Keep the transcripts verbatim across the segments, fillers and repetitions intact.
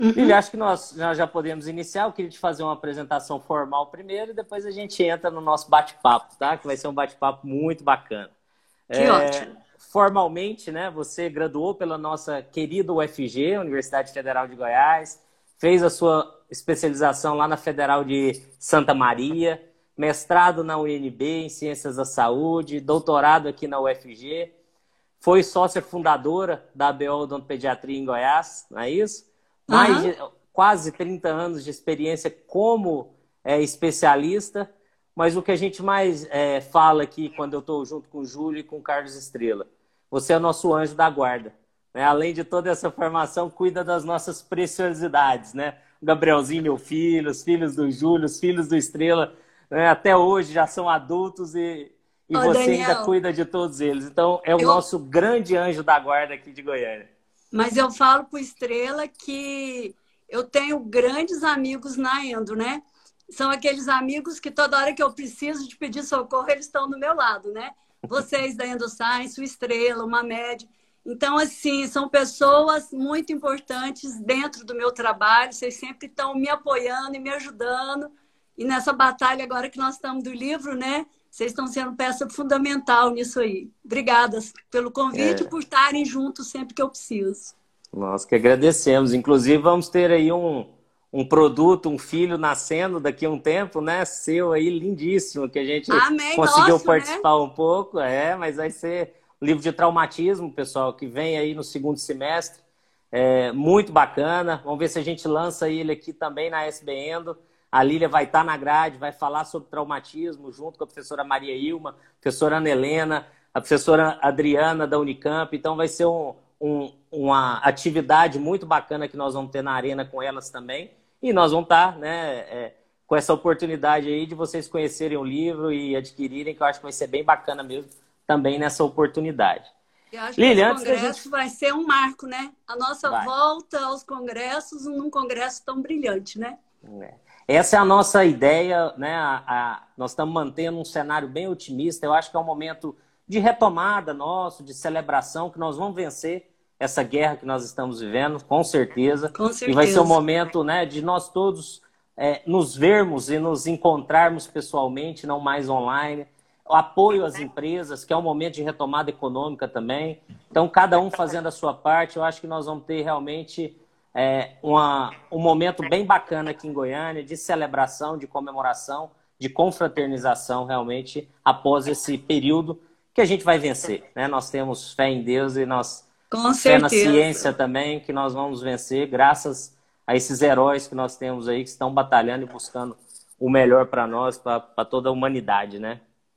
Lili, Uhum. acho que nós, nós já podemos iniciar. Eu queria te fazer uma apresentação formal primeiro e depois a gente entra no nosso bate-papo, tá? Que vai ser um bate-papo muito bacana. Que É, ótimo. formalmente, né, você graduou pela nossa querida U F G, Universidade Federal de Goiás, fez a sua especialização lá na Federal de Santa Maria, mestrado na U N B em Ciências da Saúde, doutorado aqui na U F G, foi sócia fundadora da A B O Odontopediatria em Goiás, não é isso? Mais Aham. de quase trinta anos de experiência como é, especialista, mas o que a gente mais é, fala aqui quando eu estou junto com o Júlio e com o Carlos Estrela, você é o nosso anjo da guarda. Né? Além de toda essa formação, cuida das nossas preciosidades. Né? O Gabrielzinho, meu filho, os filhos do Júlio, os filhos do Estrela, né? Até hoje já são adultos e, e Ô, você ainda Daniel, cuida de todos eles. Então, é o eu, nosso grande anjo da guarda aqui de Goiânia. mas eu falo pro Estrela que eu tenho grandes amigos na Endo, né? São aqueles amigos que toda hora que eu preciso de pedir socorro, eles estão do meu lado, né? Vocês da Endoscience, o Estrela, o Mamed. Então, assim, são pessoas muito importantes dentro do meu trabalho. Vocês sempre estão me apoiando e me ajudando. E nessa batalha agora que nós estamos do livro, né? Vocês estão sendo peça fundamental nisso aí. Obrigada pelo convite e É, por estarem juntos sempre que eu preciso. nós que agradecemos. Inclusive, vamos ter aí um, um produto, um filho nascendo daqui a um tempo, né? Seu aí, lindíssimo, que a gente Amém, conseguiu nosso, né? participar um pouco. É, mas vai ser um livro de traumatismo, pessoal, que vem aí no segundo semestre. É, muito bacana. Vamos ver se a gente lança ele aqui também na S B Endo. A Lília vai estar na grade, vai falar sobre traumatismo, junto com a professora Maria Ilma, a professora Ana Helena, a professora Adriana da Unicamp. Então vai ser um, um, uma atividade muito bacana que nós vamos ter na arena com elas também. E nós vamos estar, né, é, com essa oportunidade aí de vocês conhecerem o livro e adquirirem, que eu acho que vai ser bem bacana mesmo também nessa oportunidade. Eu acho que esse Lília, antes da gente... congresso vai ser um marco, né? A nossa Vai. volta aos congressos num congresso tão brilhante, né? É. Essa é a nossa ideia, né? A, a, nós estamos mantendo um cenário bem otimista. Eu acho que é um momento de retomada nosso, de celebração, que nós vamos vencer essa guerra que nós estamos vivendo, com certeza. Com E vai ser um certeza. momento, né, de nós todos é, nos vermos e nos encontrarmos pessoalmente, não mais online. O apoio às empresas, que é um momento de retomada econômica também. Então, cada um fazendo a sua parte, eu acho que nós vamos ter realmente é, uma, um momento bem bacana aqui em Goiânia, de celebração, de comemoração, de confraternização, realmente, após esse período que a gente vai vencer. Né? Nós temos fé em Deus e nós, Com fé na certeza. ciência também, que nós vamos vencer, graças a esses heróis que nós temos aí, que estão batalhando e buscando o melhor para nós, para toda a humanidade, né?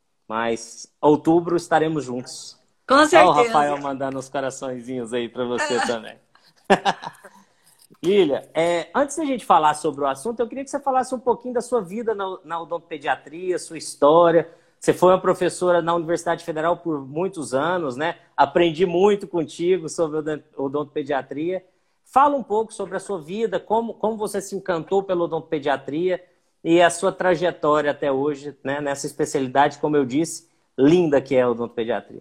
Mas outubro estaremos juntos. Com Olha o certeza. Rafael mandando os coraçõezinhos aí para você também. Lilia, é, antes da gente falar sobre o assunto, eu queria que você falasse um pouquinho da sua vida na, na odontopediatria, sua história. Você foi uma professora na Universidade Federal por muitos anos, né? Aprendi muito contigo sobre odontopediatria. Fala um pouco sobre a sua vida, como, como você se encantou pela odontopediatria e a sua trajetória até hoje, né, nessa especialidade, como eu disse, linda que é a odontopediatria.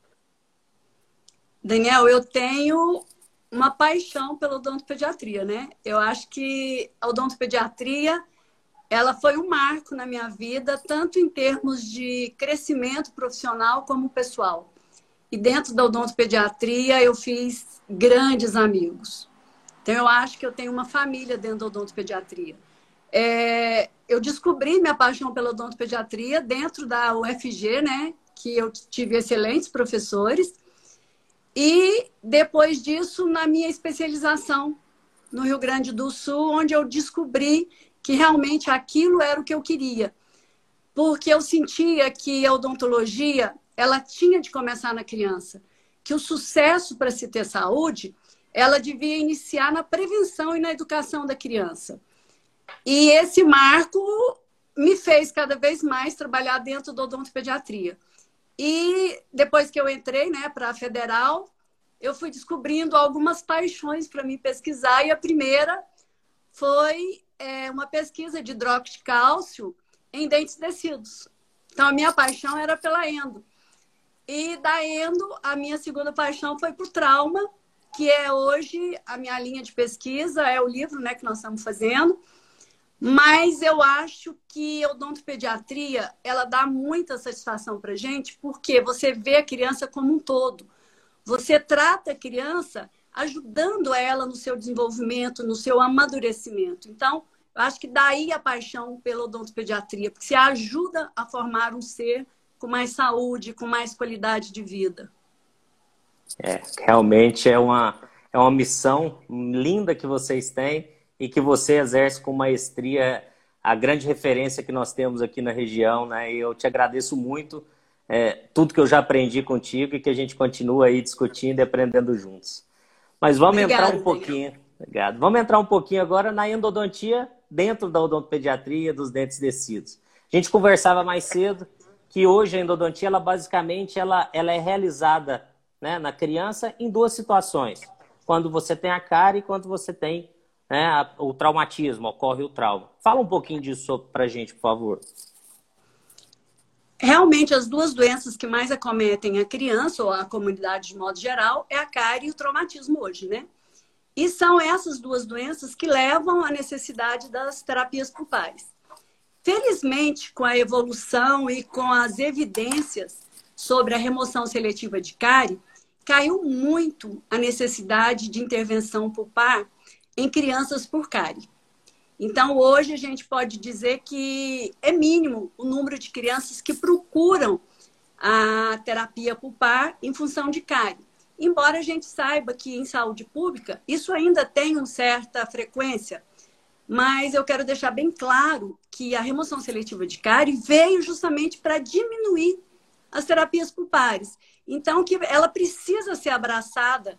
Daniel, eu tenho uma paixão pela odontopediatria, né? Eu acho que a odontopediatria, ela foi um marco na minha vida, tanto em termos de crescimento profissional como pessoal. E dentro da odontopediatria, eu fiz grandes amigos. Então, eu acho que eu tenho uma família dentro da odontopediatria. É, eu descobri minha paixão pela odontopediatria dentro da U F G, né? Que eu tive excelentes professores. E depois disso, na minha especialização no Rio Grande do Sul, onde eu descobri que realmente aquilo era o que eu queria. Porque eu sentia que a odontologia, ela tinha de começar na criança. Que o sucesso para se ter saúde, ela devia iniciar na prevenção e na educação da criança. E esse marco me fez cada vez mais trabalhar dentro da odontopediatria. E depois que eu entrei, né, para a Federal, eu fui descobrindo algumas paixões para me pesquisar. E a primeira foi é, uma pesquisa de hidróxido de cálcio em dentes descidos. Então, a minha paixão era pela endo. E da endo, a minha segunda paixão foi por trauma. que é hoje a minha linha de pesquisa, é o livro, né, que nós estamos fazendo. Mas eu acho que a odontopediatria, ela dá muita satisfação para a gente, porque você vê a criança como um todo. Você trata a criança ajudando ela no seu desenvolvimento, no seu amadurecimento. Então, eu acho que daí a paixão pela odontopediatria, porque você ajuda a formar um ser com mais saúde, com mais qualidade de vida. É, realmente é uma, é uma missão linda que vocês têm e que você exerce com maestria, a grande referência que nós temos aqui na região, né? E eu te agradeço muito é, tudo que eu já aprendi contigo e que a gente continua aí discutindo e aprendendo juntos. Mas vamos Obrigada, entrar um pouquinho, obrigado. Vamos entrar um pouquinho agora na endodontia dentro da odontopediatria dos dentes descidos. A gente conversava mais cedo que hoje a endodontia, ela basicamente ela, ela é realizada, né, na criança em duas situações. Quando você tem a cárie e quando você tem, né, o traumatismo, ocorre o trauma. Fala um pouquinho disso pra gente, por favor. Realmente, as duas doenças que mais acometem a criança ou a comunidade de modo geral é a cárie e o traumatismo hoje, né? E são essas duas doenças que levam à necessidade das terapias pulpares. Felizmente, com a evolução e com as evidências sobre a remoção seletiva de cárie, caiu muito a necessidade de intervenção pulpar em crianças por cárie. Então, hoje a gente pode dizer que é mínimo o número de crianças que procuram a terapia pulpar em função de cárie. Embora a gente saiba que em saúde pública isso ainda tem uma certa frequência, mas eu quero deixar bem claro que a remoção seletiva de cárie veio justamente para diminuir as terapias pulpares. Então, que ela precisa ser abraçada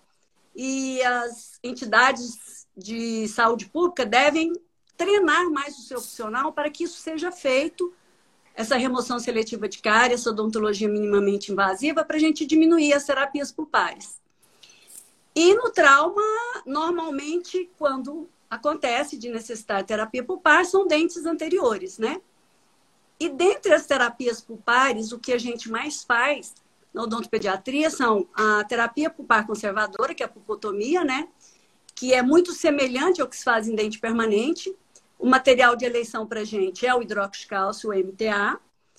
e as entidades de saúde pública devem treinar mais o seu profissional para que isso seja feito, essa remoção seletiva de cárie, essa odontologia minimamente invasiva, para a gente diminuir as terapias pulpares. E no trauma, normalmente, quando acontece de necessitar terapia pulpar, são dentes anteriores, né? E dentre as terapias pulpares, o que a gente mais faz na odontopediatria são a terapia pulpar conservadora, que é a pulpotomia, né? Que é muito semelhante ao que se faz em dente permanente. O material de eleição para a gente é o hidróxido de cálcio, o M T A.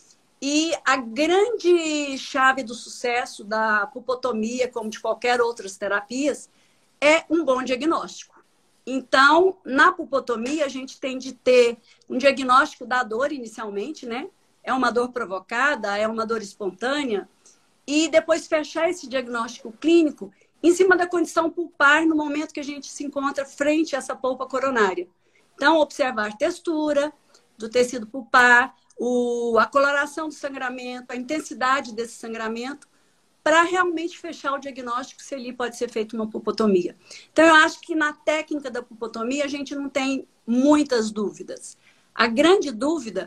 E a grande chave do sucesso da pulpotomia, como de qualquer outras terapias, é um bom diagnóstico. Então, na pulpotomia, a gente tem de ter um diagnóstico da dor inicialmente, né? É uma dor provocada, é uma dor espontânea. E depois fechar esse diagnóstico clínico em cima da condição pulpar no momento que a gente se encontra frente a essa polpa coronária. Então, observar a textura do tecido pulpar, o, a coloração do sangramento, a intensidade desse sangramento, para realmente fechar o diagnóstico se ali pode ser feita uma pulpotomia. Então, eu acho que na técnica da pulpotomia a gente não tem muitas dúvidas. A grande dúvida,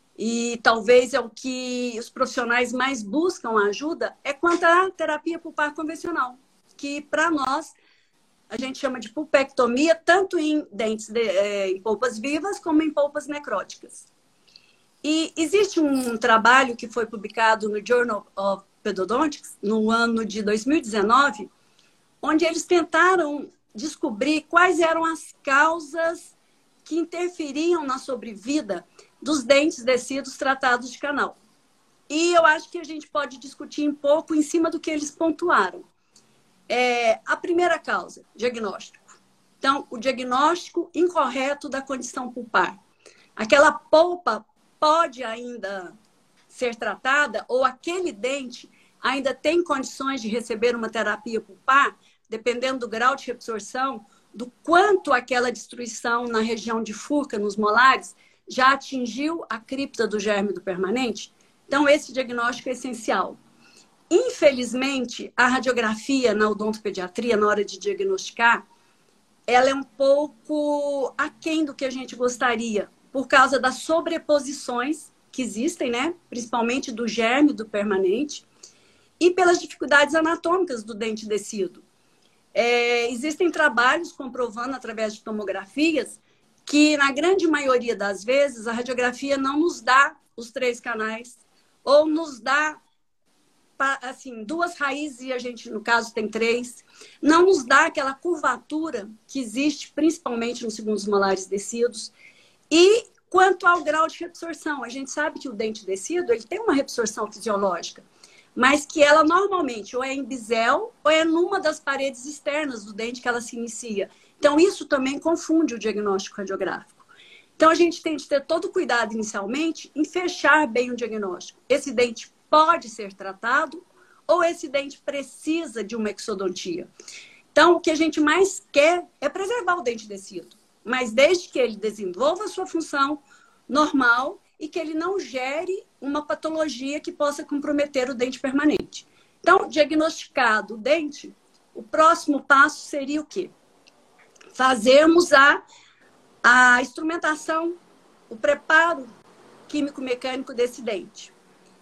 e talvez é o que os profissionais mais buscam ajuda, é quanto à terapia pulpar convencional, que para nós a gente chama de pulpectomia, tanto em dentes de, é, em polpas vivas como em polpas necróticas. E existe um trabalho que foi publicado no Journal of Pedodontics no ano de dois mil e dezenove, onde eles tentaram descobrir quais eram as causas que interferiam na sobrevida dos dentes descidos tratados de canal. E eu acho que a gente pode discutir um pouco em cima do que eles pontuaram. É, a primeira causa, diagnóstico. Então, o diagnóstico incorreto da condição pulpar. Aquela polpa pode ainda ser tratada ou aquele dente ainda tem condições de receber uma terapia pulpar, dependendo do grau de reabsorção, do quanto aquela destruição na região de furca, nos molares, já atingiu a cripta do germe do permanente. Então, esse diagnóstico é essencial. Infelizmente, a radiografia na odontopediatria, na hora de diagnosticar, ela é um pouco aquém do que a gente gostaria, por causa das sobreposições que existem, né? Principalmente do germe do permanente, e pelas dificuldades anatômicas do dente descido. É, existem trabalhos comprovando, através de tomografias, que na grande maioria das vezes a radiografia não nos dá os três canais, ou nos dá assim, duas raízes e a gente, no caso, tem três. Não nos dá aquela curvatura que existe, principalmente nos segundos molares descidos. E quanto ao grau de reabsorção, a gente sabe que o dente descido ele tem uma reabsorção fisiológica, mas que ela normalmente ou é em bisel ou é numa das paredes externas do dente que ela se inicia. Então, isso também confunde o diagnóstico radiográfico. Então, a gente tem de ter todo o cuidado inicialmente em fechar bem o diagnóstico. Esse dente pode ser tratado ou esse dente precisa de uma exodontia. Então, o que a gente mais quer é preservar o dente descido, mas desde que ele desenvolva a sua função normal e que ele não gere uma patologia que possa comprometer o dente permanente. Então, diagnosticado o dente, o próximo passo seria o quê? Fazermos a, a instrumentação, o preparo químico-mecânico desse dente.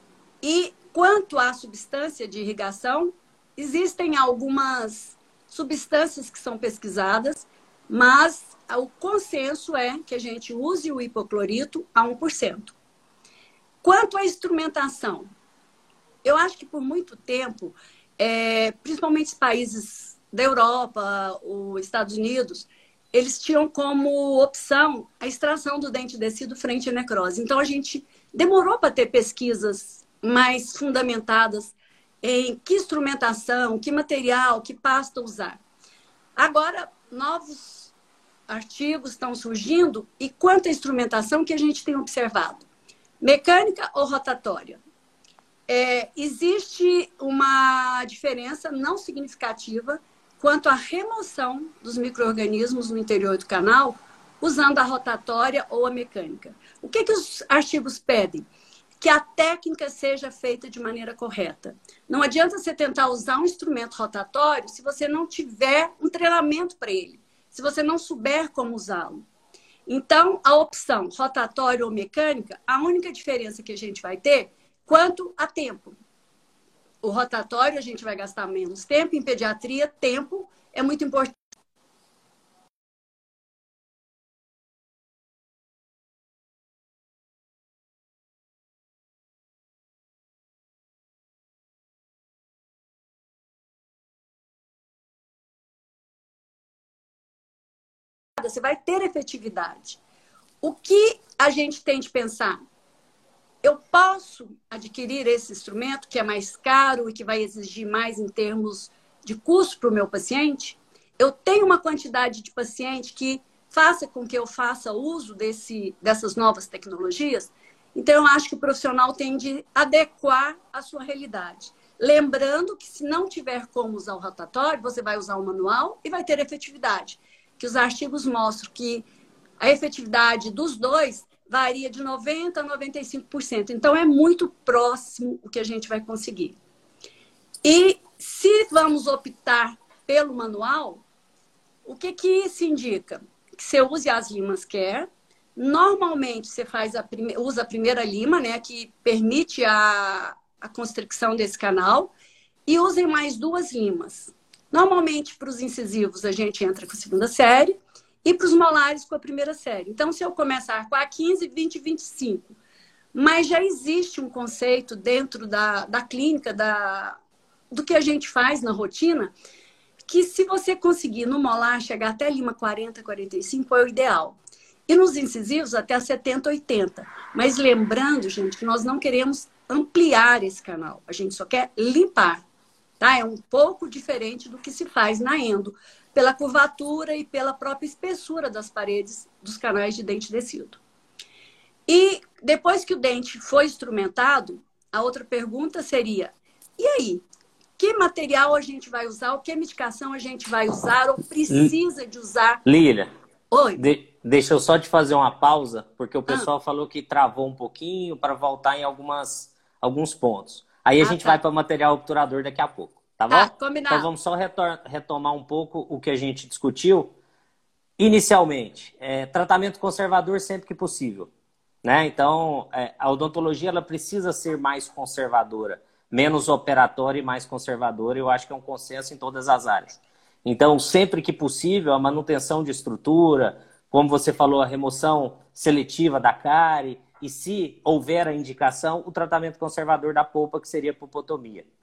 E quanto à substância de irrigação, existem algumas substâncias que são pesquisadas, mas o consenso é que a gente use o hipoclorito a um por cento. Quanto à instrumentação, eu acho que por muito tempo, é, principalmente os países da Europa, os Estados Unidos, eles tinham como opção a extração do dente descido frente à necrose. Então, a gente demorou para ter pesquisas mais fundamentadas em que instrumentação, que material, que pasta usar. Agora, novos artigos estão surgindo e quanto à instrumentação que a gente tem observado? Mecânica ou rotatória? É, existe uma diferença não significativa quanto à remoção dos micro-organismos no interior do canal usando a rotatória ou a mecânica. O que, que os artigos pedem? Que a técnica seja feita de maneira correta. Não adianta você tentar usar um instrumento rotatório se você não tiver um treinamento para ele, se você não souber como usá-lo. Então, a opção rotatória ou mecânica, a única diferença que a gente vai ter quanto a tempo. O rotatório a gente vai gastar menos tempo, em pediatria, tempo é muito importante. Você vai ter efetividade. O que a gente tem de pensar? Eu posso adquirir esse instrumento que é mais caro e que vai exigir mais em termos de custo para o meu paciente? Eu tenho uma quantidade de paciente que faça com que eu faça uso desse, dessas novas tecnologias? Então, eu acho que o profissional tem de adequar a sua realidade. Lembrando que se não tiver como usar o rotatório, você vai usar o manual e vai ter efetividade. Que os artigos mostram que a efetividade dos dois varia de noventa por cento a noventa e cinco por cento. Então, é muito próximo o que a gente vai conseguir. E se vamos optar pelo manual, o que, que se indica? Que você use as limas Care. Normalmente, você faz a prime... usa a primeira lima, né, que permite a, a constricção desse canal, e usem mais duas limas. Normalmente, para os incisivos, a gente entra com a segunda série e para os molares com a primeira série. Então, se eu começar com a quinze, vinte, vinte e cinco, mas já existe um conceito dentro da, da clínica, da, do que a gente faz na rotina, que se você conseguir no molar chegar até lima quarenta, quarenta e cinco é o ideal. E nos incisivos até setenta, oitenta. Mas lembrando, gente, que nós não queremos ampliar esse canal. A gente só quer limpar. Tá? É um pouco diferente do que se faz na endo, pela curvatura e pela própria espessura das paredes dos canais de dente descido. E depois que o dente foi instrumentado, a outra pergunta seria, e aí? Que material a gente vai usar? Ou que medicação a gente vai usar? Ou precisa de usar? Lília, Oi. De, deixa eu só te fazer uma pausa, porque o pessoal ah. falou que travou um pouquinho para voltar em algumas, alguns pontos. Aí a ah, gente tá. vai para o material obturador daqui a pouco, tá bom? Tá, combinado. Então vamos só retomar um pouco o que a gente discutiu. Inicialmente, é, tratamento conservador sempre que possível, né? Então, é, a odontologia ela precisa ser mais conservadora, menos operatória e mais conservadora. Eu acho que é um consenso em todas as áreas. Então, sempre que possível, a manutenção de estrutura, como você falou, a remoção seletiva da cárie, e se houver a indicação, o tratamento conservador da polpa, que seria a pulpotomia.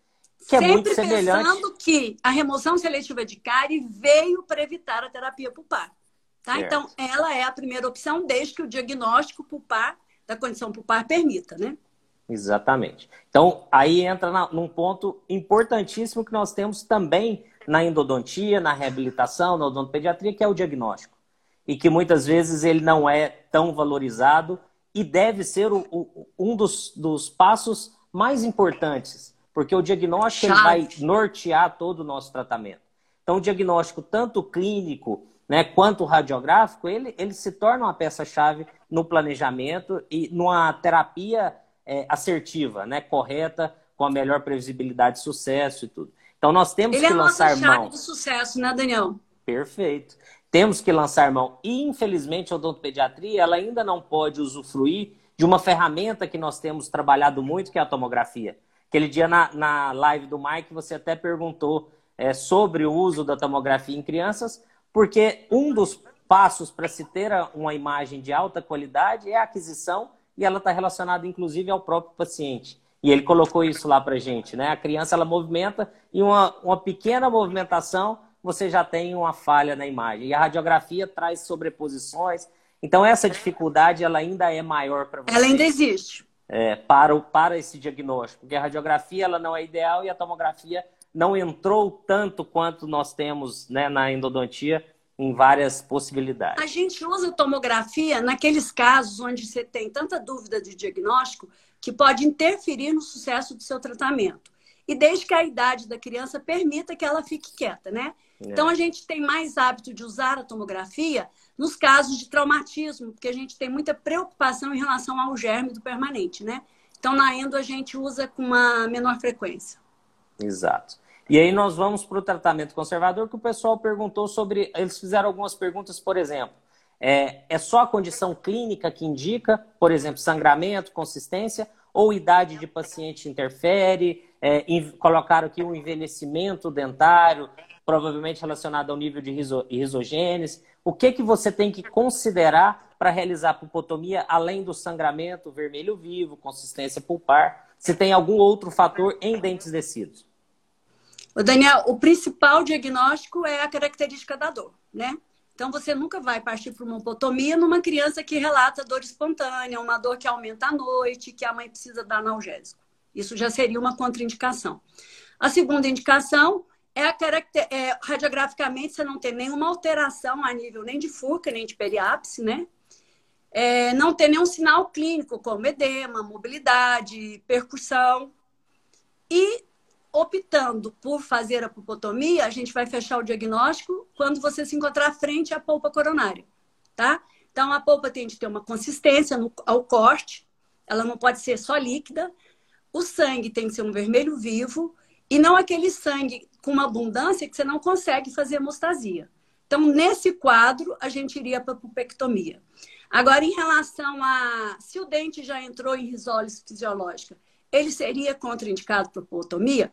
que é muito Sempre semelhante. pensando que a remoção seletiva de cárie veio para evitar a terapia pulpar. Tá? Então, ela é a primeira opção, desde que o diagnóstico pulpar, da condição pulpar, permita, né? Exatamente. Então, aí entra na, num ponto importantíssimo que nós temos também na endodontia, na reabilitação, na odontopediatria, que é o diagnóstico. E que muitas vezes ele não é tão valorizado e deve ser o, o, um dos, dos passos mais importantes, porque o diagnóstico ele vai nortear todo o nosso tratamento. Então, o diagnóstico, tanto clínico, né, quanto radiográfico, ele, ele se torna uma peça-chave no planejamento e numa terapia é, assertiva, né, correta, com a melhor previsibilidade de sucesso e tudo. Então, nós temos ele que é a lançar nossa chave mão. do sucesso, né, Daniel? Perfeito. Temos que lançar mão. E, infelizmente, a odontopediatria ela ainda não pode usufruir de uma ferramenta que nós temos trabalhado muito, que é a tomografia. Aquele dia na, na live do Mike, você até perguntou é, sobre o uso da tomografia em crianças, porque um dos passos para se ter uma imagem de alta qualidade é a aquisição e ela está relacionada, inclusive, ao próprio paciente. E ele colocou isso lá para a gente, né? A criança, ela movimenta e uma, uma pequena movimentação você já tem uma falha na imagem. E a radiografia traz sobreposições. Então, essa dificuldade ela ainda é maior para você. Ela ainda existe. É, para, o, para esse diagnóstico. Porque a radiografia ela não é ideal e a tomografia não entrou tanto quanto nós temos, né, na endodontia em várias possibilidades. A gente usa tomografia naqueles casos onde você tem tanta dúvida de diagnóstico que pode interferir no sucesso do seu tratamento. E desde que a idade da criança permita que ela fique quieta, né? É. Então, a gente tem mais hábito de usar a tomografia nos casos de traumatismo, porque a gente tem muita preocupação em relação ao germe do permanente, né? Então, na endo, a gente usa com uma menor frequência. Exato. E aí nós vamos para o tratamento conservador, que o pessoal perguntou sobre... Eles fizeram algumas perguntas, por exemplo, é, é só a condição clínica que indica, por exemplo, sangramento, consistência, ou idade de paciente interfere? É, colocaram aqui um envelhecimento dentário, provavelmente relacionado ao nível de riso, risogênese. O que, que você tem que considerar para realizar a pulpotomia, além do sangramento, vermelho vivo, consistência pulpar? Se tem algum outro fator em dentes descidos? Ô Daniel, o principal diagnóstico é a característica da dor, né? Então, você nunca vai partir para uma pulpotomia numa criança que relata dor espontânea, uma dor que aumenta à noite, que a mãe precisa dar analgésico. Isso já seria uma contraindicação. A segunda indicação é, a caracter... é radiograficamente você não ter nenhuma alteração a nível nem de furca, nem de periápse, né? É, não ter nenhum sinal clínico, como edema, mobilidade, percussão. E optando por fazer a pulpotomia, a gente vai fechar o diagnóstico quando você se encontrar frente à polpa coronária, tá? Então, a polpa tem de ter uma consistência no, ao corte, ela não pode ser só líquida, o sangue tem que ser um vermelho vivo e não aquele sangue com uma abundância que você não consegue fazer hemostasia. Então, nesse quadro, a gente iria para a pulpectomia. Agora, em relação a se o dente já entrou em risólise fisiológica, ele seria contraindicado para pulpotomia?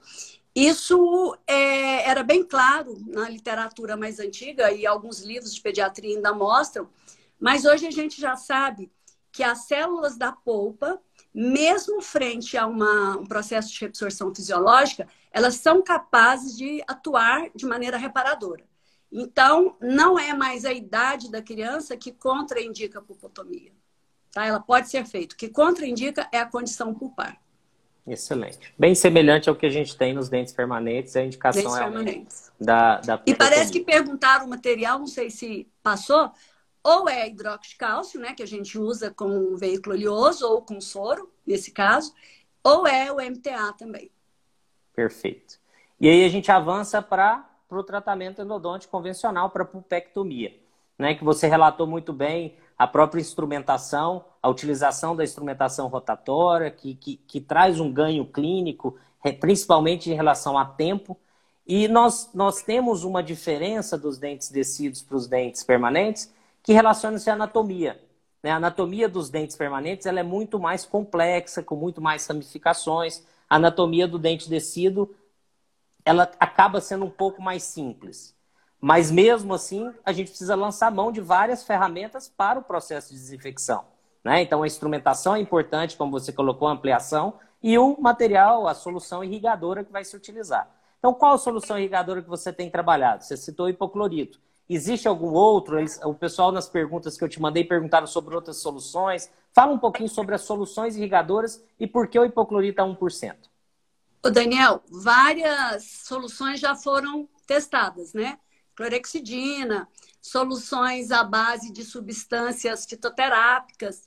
Isso é, era bem claro na literatura mais antiga e alguns livros de pediatria ainda mostram, mas hoje a gente já sabe que as células da polpa, mesmo frente a uma, um processo de reabsorção fisiológica, elas são capazes de atuar de maneira reparadora. Então, não é mais a idade da criança que contraindica a pulpotomia. Tá? Ela pode ser feita. O que contraindica é a condição pulpar. Excelente. Bem semelhante ao que a gente tem nos dentes permanentes, a indicação dentes realmente permanentes. da, da E parece que perguntaram o material, não sei se passou, ou é hidróxido de cálcio, né, que a gente usa com um veículo oleoso ou com soro, nesse caso, ou é o M T A também. Perfeito. E aí a gente avança para o tratamento endodôntico convencional, para a pulpectomia, né, que você relatou muito bem a própria instrumentação, a utilização da instrumentação rotatória, que, que, que traz um ganho clínico, principalmente em relação a tempo. E nós, nós temos uma diferença dos dentes descidos para os dentes permanentes, que relaciona-se à anatomia. Né? A anatomia dos dentes permanentes ela é muito mais complexa, com muito mais ramificações. A anatomia do dente descido ela acaba sendo um pouco mais simples. Mas mesmo assim, a gente precisa lançar mão de várias ferramentas para o processo de desinfecção. Né? Então, a instrumentação é importante, como você colocou, a ampliação, e o material, a solução irrigadora que vai se utilizar. Então, qual a solução irrigadora que você tem trabalhado? Você citou hipoclorito. Existe algum outro? Eles, o pessoal nas perguntas que eu te mandei perguntaram sobre outras soluções. Fala um pouquinho sobre as soluções irrigadoras e por que o hipoclorito é um por cento. Ô Daniel, várias soluções já foram testadas, né? Clorexidina, soluções à base de substâncias fitoterápicas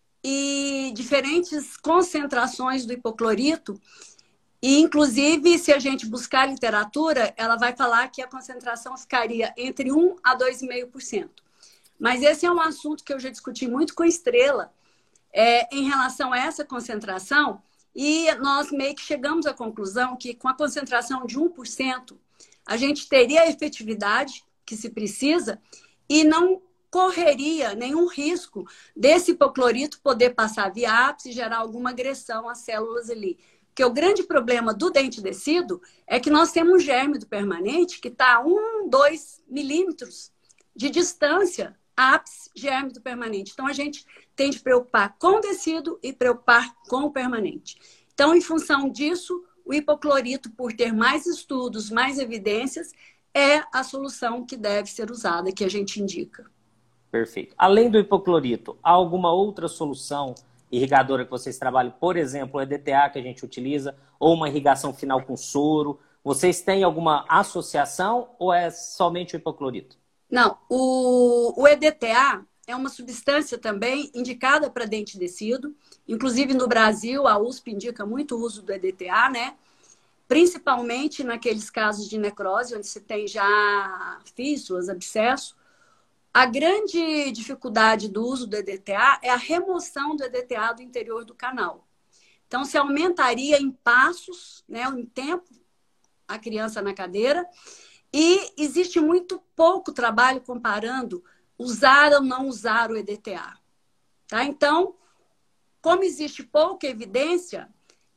e diferentes concentrações do hipoclorito. E, inclusive, se a gente buscar a literatura, ela vai falar que a concentração ficaria entre um a dois vírgula cinco por cento. Mas esse é um assunto que eu já discuti muito com a Estrela é, em relação a essa concentração, e nós meio que chegamos à conclusão que com a concentração de um por cento, a gente teria a efetividade que se precisa e não correria nenhum risco desse hipoclorito poder passar via ápice e gerar alguma agressão às células ali. Porque o grande problema do dente descido é que nós temos um germe do permanente que está a um, dois milímetros de distância ápice germe do permanente. Então, a gente tem de preocupar com o descido e preocupar com o permanente. Então, em função disso, o hipoclorito, por ter mais estudos, mais evidências, é a solução que deve ser usada, que a gente indica. Perfeito. Além do hipoclorito, há alguma outra solução irrigadora que vocês trabalham? Por exemplo, o E D T A que a gente utiliza, ou uma irrigação final com soro. Vocês têm alguma associação ou é somente o hipoclorito? Não, o, o E D T A é uma substância também indicada para dente descido. Inclusive, no Brasil, a U S P indica muito o uso do E D T A, né? Principalmente naqueles casos de necrose, onde se tem já fístulas, abscesso. A grande dificuldade do uso do E D T A é a remoção do E D T A do interior do canal. Então, se aumentaria em passos, né, em tempo, a criança na cadeira. E existe muito pouco trabalho comparando usar ou não usar o E D T A. Tá? Então, como existe pouca evidência,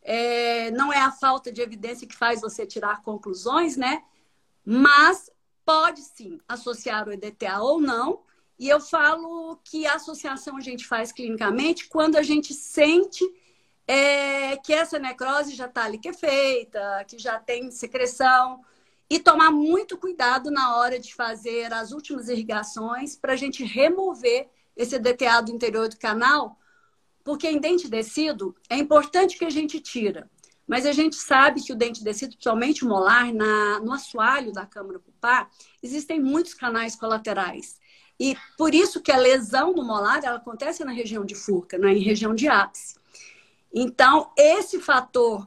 é, não é a falta de evidência que faz você tirar conclusões, né? Mas pode sim associar o E D T A ou não. E eu falo que a associação a gente faz clinicamente quando a gente sente é, que essa necrose já está liquefeita, que já tem secreção. E tomar muito cuidado na hora de fazer as últimas irrigações para a gente remover esse E D T A do interior do canal, porque em dente descido é importante que a gente tira. Mas a gente sabe que o dente descido, principalmente o molar, na, no assoalho da câmara pulpar, existem muitos canais colaterais. E por isso que a lesão no molar ela acontece na região de furca, não é em região de ápice. Então, esse fator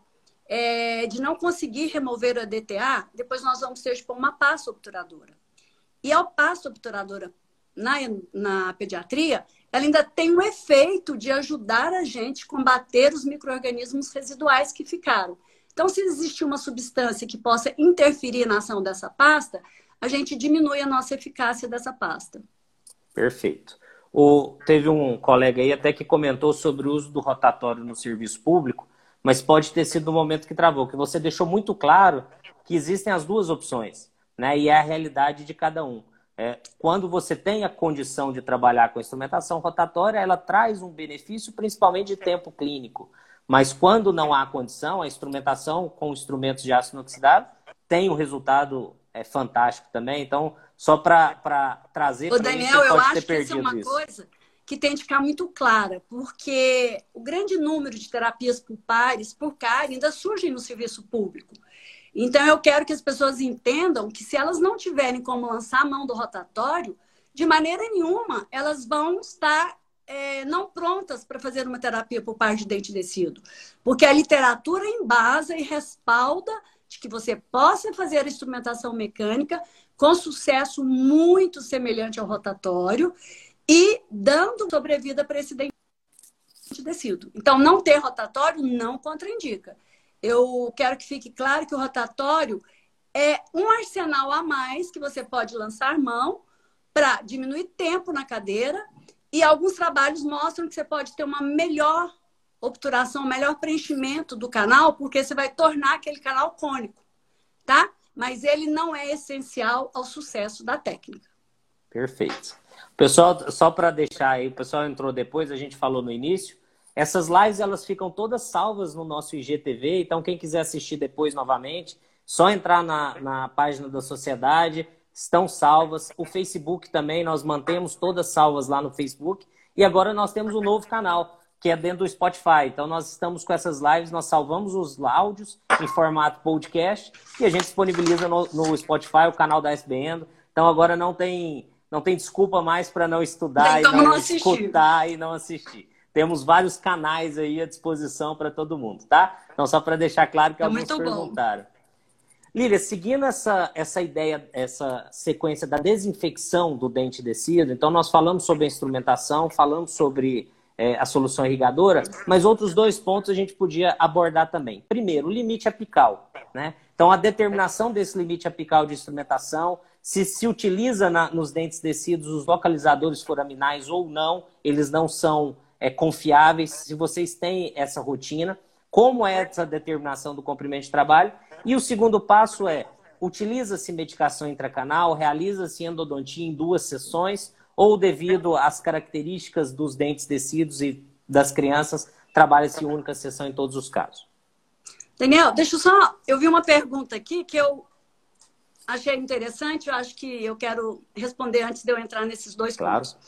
é, de não conseguir remover o E D T A, depois nós vamos ter tipo, uma pasta obturadora. E a pasta obturadora na, na pediatria, ela ainda tem um efeito de ajudar a gente a combater os micro-organismos residuais que ficaram. Então, se existe uma substância que possa interferir na ação dessa pasta, a gente diminui a nossa eficácia dessa pasta. Perfeito. O, teve um colega aí até que comentou sobre o uso do rotatório no serviço público, mas pode ter sido o momento que travou, que você deixou muito claro que existem as duas opções, né? E é a realidade de cada um. É, quando você tem a condição de trabalhar com a instrumentação rotatória, ela traz um benefício principalmente de tempo clínico. Mas quando não há condição, a instrumentação com instrumentos de ácido inoxidável tem um resultado é, fantástico também. Então, só para trazer para Daniel, você eu pode acho ter que perdido isso é uma isso. coisa que tem de ficar muito clara, porque o grande número de terapias pulpares por cárie ainda surgem no serviço público. Então, eu quero que as pessoas entendam que se elas não tiverem como lançar a mão do rotatório, de maneira nenhuma, elas vão estar é, não prontas para fazer uma terapia pulpar de dente descido. Porque a literatura embasa e respalda de que você possa fazer a instrumentação mecânica com sucesso muito semelhante ao rotatório e dando sobrevida para esse dente descido. Então, não ter rotatório não contraindica. Eu quero que fique claro que o rotatório é um arsenal a mais que você pode lançar mão para diminuir tempo na cadeira, e alguns trabalhos mostram que você pode ter uma melhor obturação, um melhor preenchimento do canal, porque você vai tornar aquele canal cônico, tá? Mas ele não é essencial ao sucesso da técnica. Perfeito. Pessoal, só para deixar aí, o pessoal entrou depois, a gente falou no início, Essas lives, elas ficam todas salvas no nosso I G T V, então quem quiser assistir depois novamente, só entrar na, na página da sociedade, estão salvas. O Facebook também, nós mantemos todas salvas lá no Facebook. E agora nós temos um novo canal, que é dentro do Spotify. Então nós estamos com essas lives, nós salvamos os áudios em formato podcast e a gente disponibiliza no, no Spotify, o canal da S B Endo. Então agora não tem, não tem desculpa mais para não estudar e não, não escutar e não assistir. Temos vários canais aí à disposição para todo mundo, tá? Então só para deixar claro que é alguns perguntaram. Lília, seguindo essa, essa ideia, essa sequência da desinfecção do dente descido, então nós falamos sobre a instrumentação, falamos sobre é, a solução irrigadora, mas outros dois pontos a gente podia abordar também. Primeiro, o limite apical, né? Então a determinação desse limite apical de instrumentação, se se utiliza na, nos dentes descidos os localizadores foraminais ou não, eles não são é, confiáveis, se vocês têm essa rotina, como é essa determinação do comprimento de trabalho. E o segundo passo é, utiliza-se medicação intracanal, realiza-se endodontia em duas sessões, ou devido às características dos dentes descidos e das crianças, trabalha-se única sessão em todos os casos. Daniel, deixa eu só... Eu vi uma pergunta aqui que eu achei interessante, eu acho que eu quero responder antes de eu entrar nesses dois claro. pontos.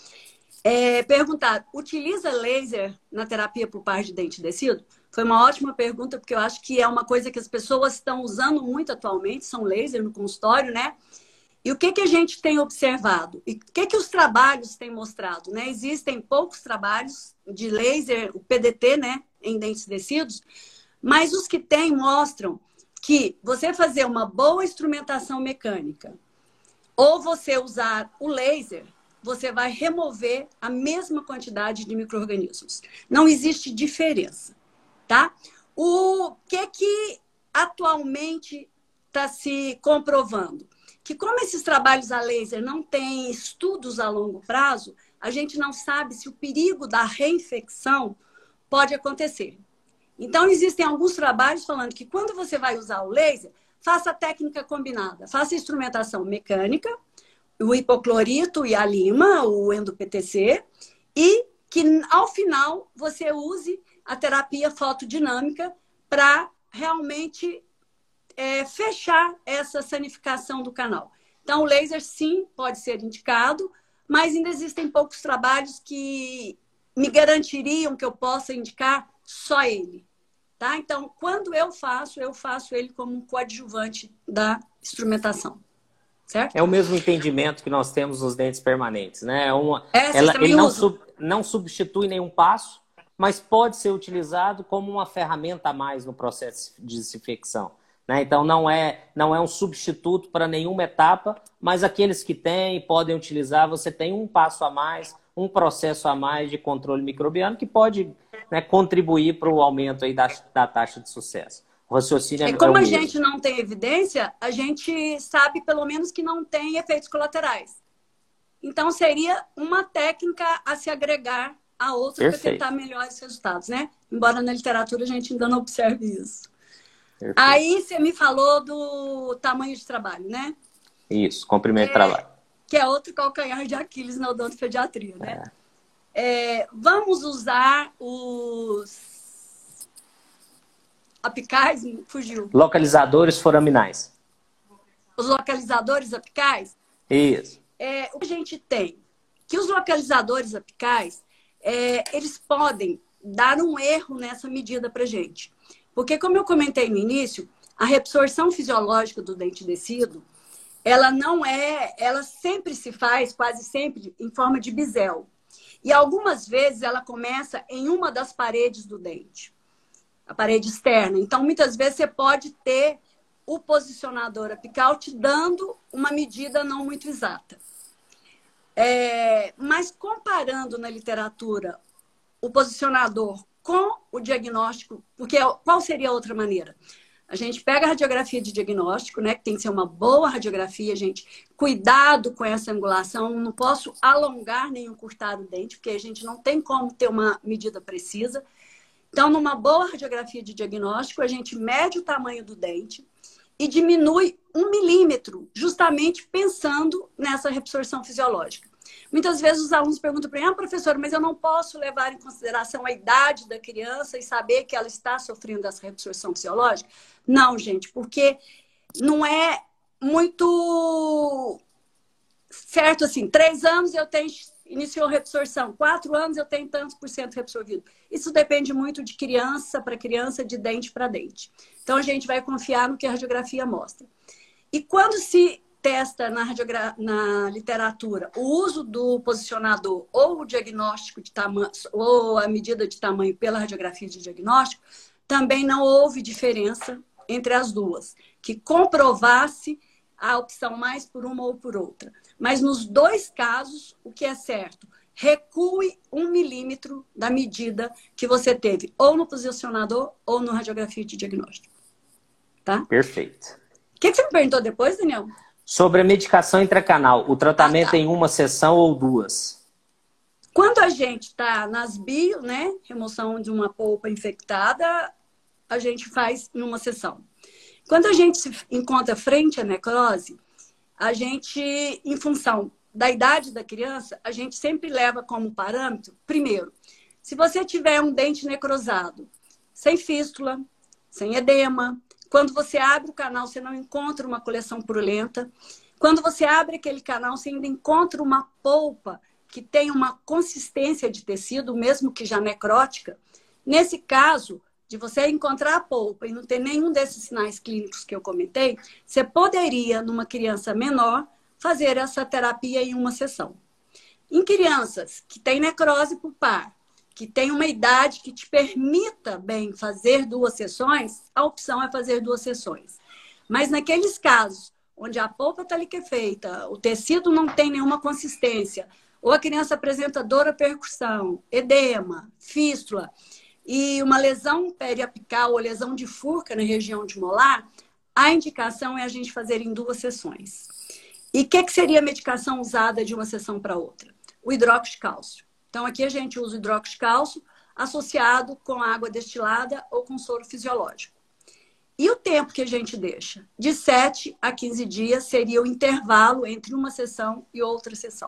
É, perguntar, utiliza laser na terapia por par de dente descido? Foi uma ótima pergunta, porque eu acho que é uma coisa que as pessoas estão usando muito atualmente, são laser no consultório, né? E o que, que a gente tem observado? E o que, que os trabalhos têm mostrado, né? Existem poucos trabalhos de laser, o P D T, né? Em dentes descidos, mas os que tem mostram que você fazer uma boa instrumentação mecânica ou você usar o laser, você vai remover a mesma quantidade de micro-organismos. Não existe diferença. Tá? O que que atualmente está se comprovando? Que como esses trabalhos a laser não têm estudos a longo prazo, a gente não sabe se o perigo da reinfecção pode acontecer. Então, existem alguns trabalhos falando que quando você vai usar o laser, faça a técnica combinada. Faça a instrumentação mecânica, o hipoclorito e a lima, o endo-P T C, e que ao final você use a terapia fotodinâmica para realmente é, fechar essa sanificação do canal. Então, o laser, sim, pode ser indicado, mas ainda existem poucos trabalhos que me garantiriam que eu possa indicar só ele. Tá? Então, quando eu faço, eu faço ele como um coadjuvante da instrumentação. Certo? É o mesmo entendimento que nós temos nos dentes permanentes, né? É uma, é, ela, ele não, sub, não substitui nenhum passo, mas pode ser utilizado como uma ferramenta a mais no processo de desinfecção. Né? Então, não é, não é um substituto para nenhuma etapa, mas aqueles que têm podem utilizar. Você tem um passo a mais, um processo a mais de controle microbiano que pode, né, contribuir para o aumento aí da, da taxa de sucesso. O raciocínio é, e como é a gente não tem evidência, a gente sabe pelo menos que não tem efeitos colaterais. Então, seria uma técnica a se agregar a outra para tentar melhores resultados, né? Embora na literatura a gente ainda não observe isso. Perfeito. Aí você me falou do tamanho de trabalho, né? Isso, comprimento é, de trabalho. Que é outro calcanhar de Aquiles na odontopediatria, né? É. É, vamos usar os apicais, fugiu. Localizadores foraminais. Os localizadores apicais? Isso. É, o que a gente tem? Que os localizadores apicais É, eles podem dar um erro nessa medida para gente. Porque, como eu comentei no início, a reabsorção fisiológica do dente descido, ela não é, ela sempre se faz, quase sempre, em forma de bisel. E algumas vezes ela começa em uma das paredes do dente, a parede externa. Então, muitas vezes você pode ter o posicionador apical te dando uma medida não muito exata. É, mas comparando na literatura o posicionador com o diagnóstico, porque qual seria a outra maneira? A gente pega a radiografia de diagnóstico, né, que tem que ser uma boa radiografia, gente. Cuidado com essa angulação, não posso alongar nem encurtar o dente, porque a gente não tem como ter uma medida precisa. Então, numa boa radiografia de diagnóstico, a gente mede o tamanho do dente e diminui um milímetro, justamente pensando nessa reabsorção fisiológica. Muitas vezes os alunos perguntam para mim, ah, professora, mas eu não posso levar em consideração a idade da criança e saber que ela está sofrendo dessa reabsorção fisiológica? Não, gente, porque não é muito certo assim. Três anos eu tenho, iniciou a reabsorção, quatro anos eu tenho tantos por cento reabsorvido. Isso depende muito de criança para criança, de dente para dente. Então, a gente vai confiar no que a radiografia mostra. E quando se testa na, radiogra... na literatura o uso do posicionador ou o diagnóstico de tamanho, ou a medida de tamanho pela radiografia de diagnóstico, também não houve diferença entre as duas, que comprovasse a opção mais por uma ou por outra. Mas nos dois casos, o que é certo? Recue um milímetro da medida que você teve, ou no posicionador ou na radiografia de diagnóstico. Tá? Perfeito. O que, que você me perguntou depois, Daniel? Sobre a medicação intracanal, o tratamento ah, tá. em uma sessão ou duas? Quando a gente está nas bio, né, remoção de uma polpa infectada, a gente faz em uma sessão. Quando a gente se encontra frente à necrose, a gente, em função da idade da criança, a gente sempre leva como parâmetro, primeiro, se você tiver um dente necrosado, sem fístula, sem edema, quando você abre o canal, você não encontra uma coleção purulenta. Quando você abre aquele canal, você ainda encontra uma polpa que tem uma consistência de tecido, mesmo que já necrótica. Nesse caso, de você encontrar a polpa e não ter nenhum desses sinais clínicos que eu comentei, você poderia, numa criança menor, fazer essa terapia em uma sessão. Em crianças que têm necrose pulpar, que tem uma idade que te permita bem fazer duas sessões, a opção é fazer duas sessões. Mas naqueles casos onde a polpa está liquefeita, o tecido não tem nenhuma consistência, ou a criança apresenta dor à percussão, edema, fístula, e uma lesão periapical ou lesão de furca na região de molar, a indicação é a gente fazer em duas sessões. E o que, que seria a medicação usada de uma sessão para outra? O hidróxido de cálcio. Então, aqui a gente usa o hidróxido de cálcio associado com água destilada ou com soro fisiológico. E o tempo que a gente deixa? De sete a quinze dias seria o intervalo entre uma sessão e outra sessão.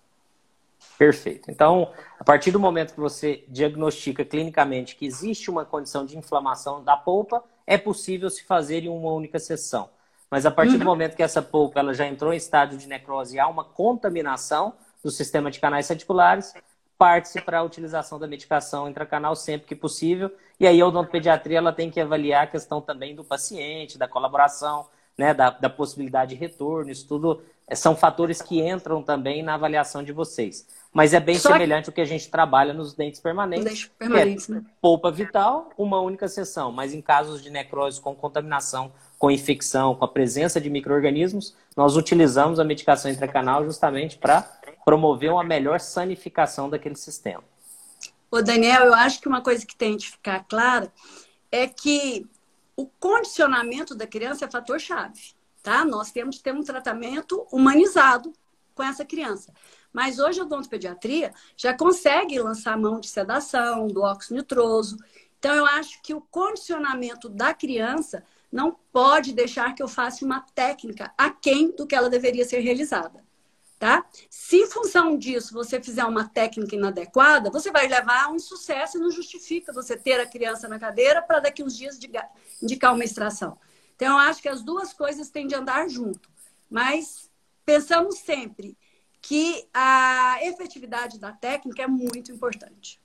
Perfeito. Então, a partir do momento que você diagnostica clinicamente que existe uma condição de inflamação da polpa, é possível se fazer em uma única sessão. Mas a partir uhum. do momento que essa polpa ela já entrou em estágio de necrose e há uma contaminação do sistema de canais reticulares, parte-se para a utilização da medicação intracanal sempre que possível. E aí a odontopediatria ela tem que avaliar a questão também do paciente, da colaboração, né, da, da possibilidade de retorno. Isso tudo são fatores que entram também na avaliação de vocês. Mas é bem Só semelhante que... ao que a gente trabalha nos dentes permanentes. Dentes permanentes, é né? Polpa vital, uma única sessão. Mas em casos de necrose com contaminação, com infecção, com a presença de micro-organismos, nós utilizamos a medicação intracanal justamente para promover uma melhor sanificação daquele sistema. Ô Daniel, eu acho que uma coisa que tem de ficar clara é que o condicionamento da criança é fator-chave, tá? Nós temos que ter um tratamento humanizado com essa criança. Mas hoje a odontopediatria já consegue lançar mão de sedação, do óxido nitroso. Então, eu acho que o condicionamento da criança não pode deixar que eu faça uma técnica aquém do que ela deveria ser realizada. Tá? Se em função disso você fizer uma técnica inadequada, você vai levar a um insucesso e não justifica você ter a criança na cadeira para daqui uns dias indicar uma extração. Então, eu acho que as duas coisas têm de andar junto. Mas pensamos sempre que a efetividade da técnica é muito importante.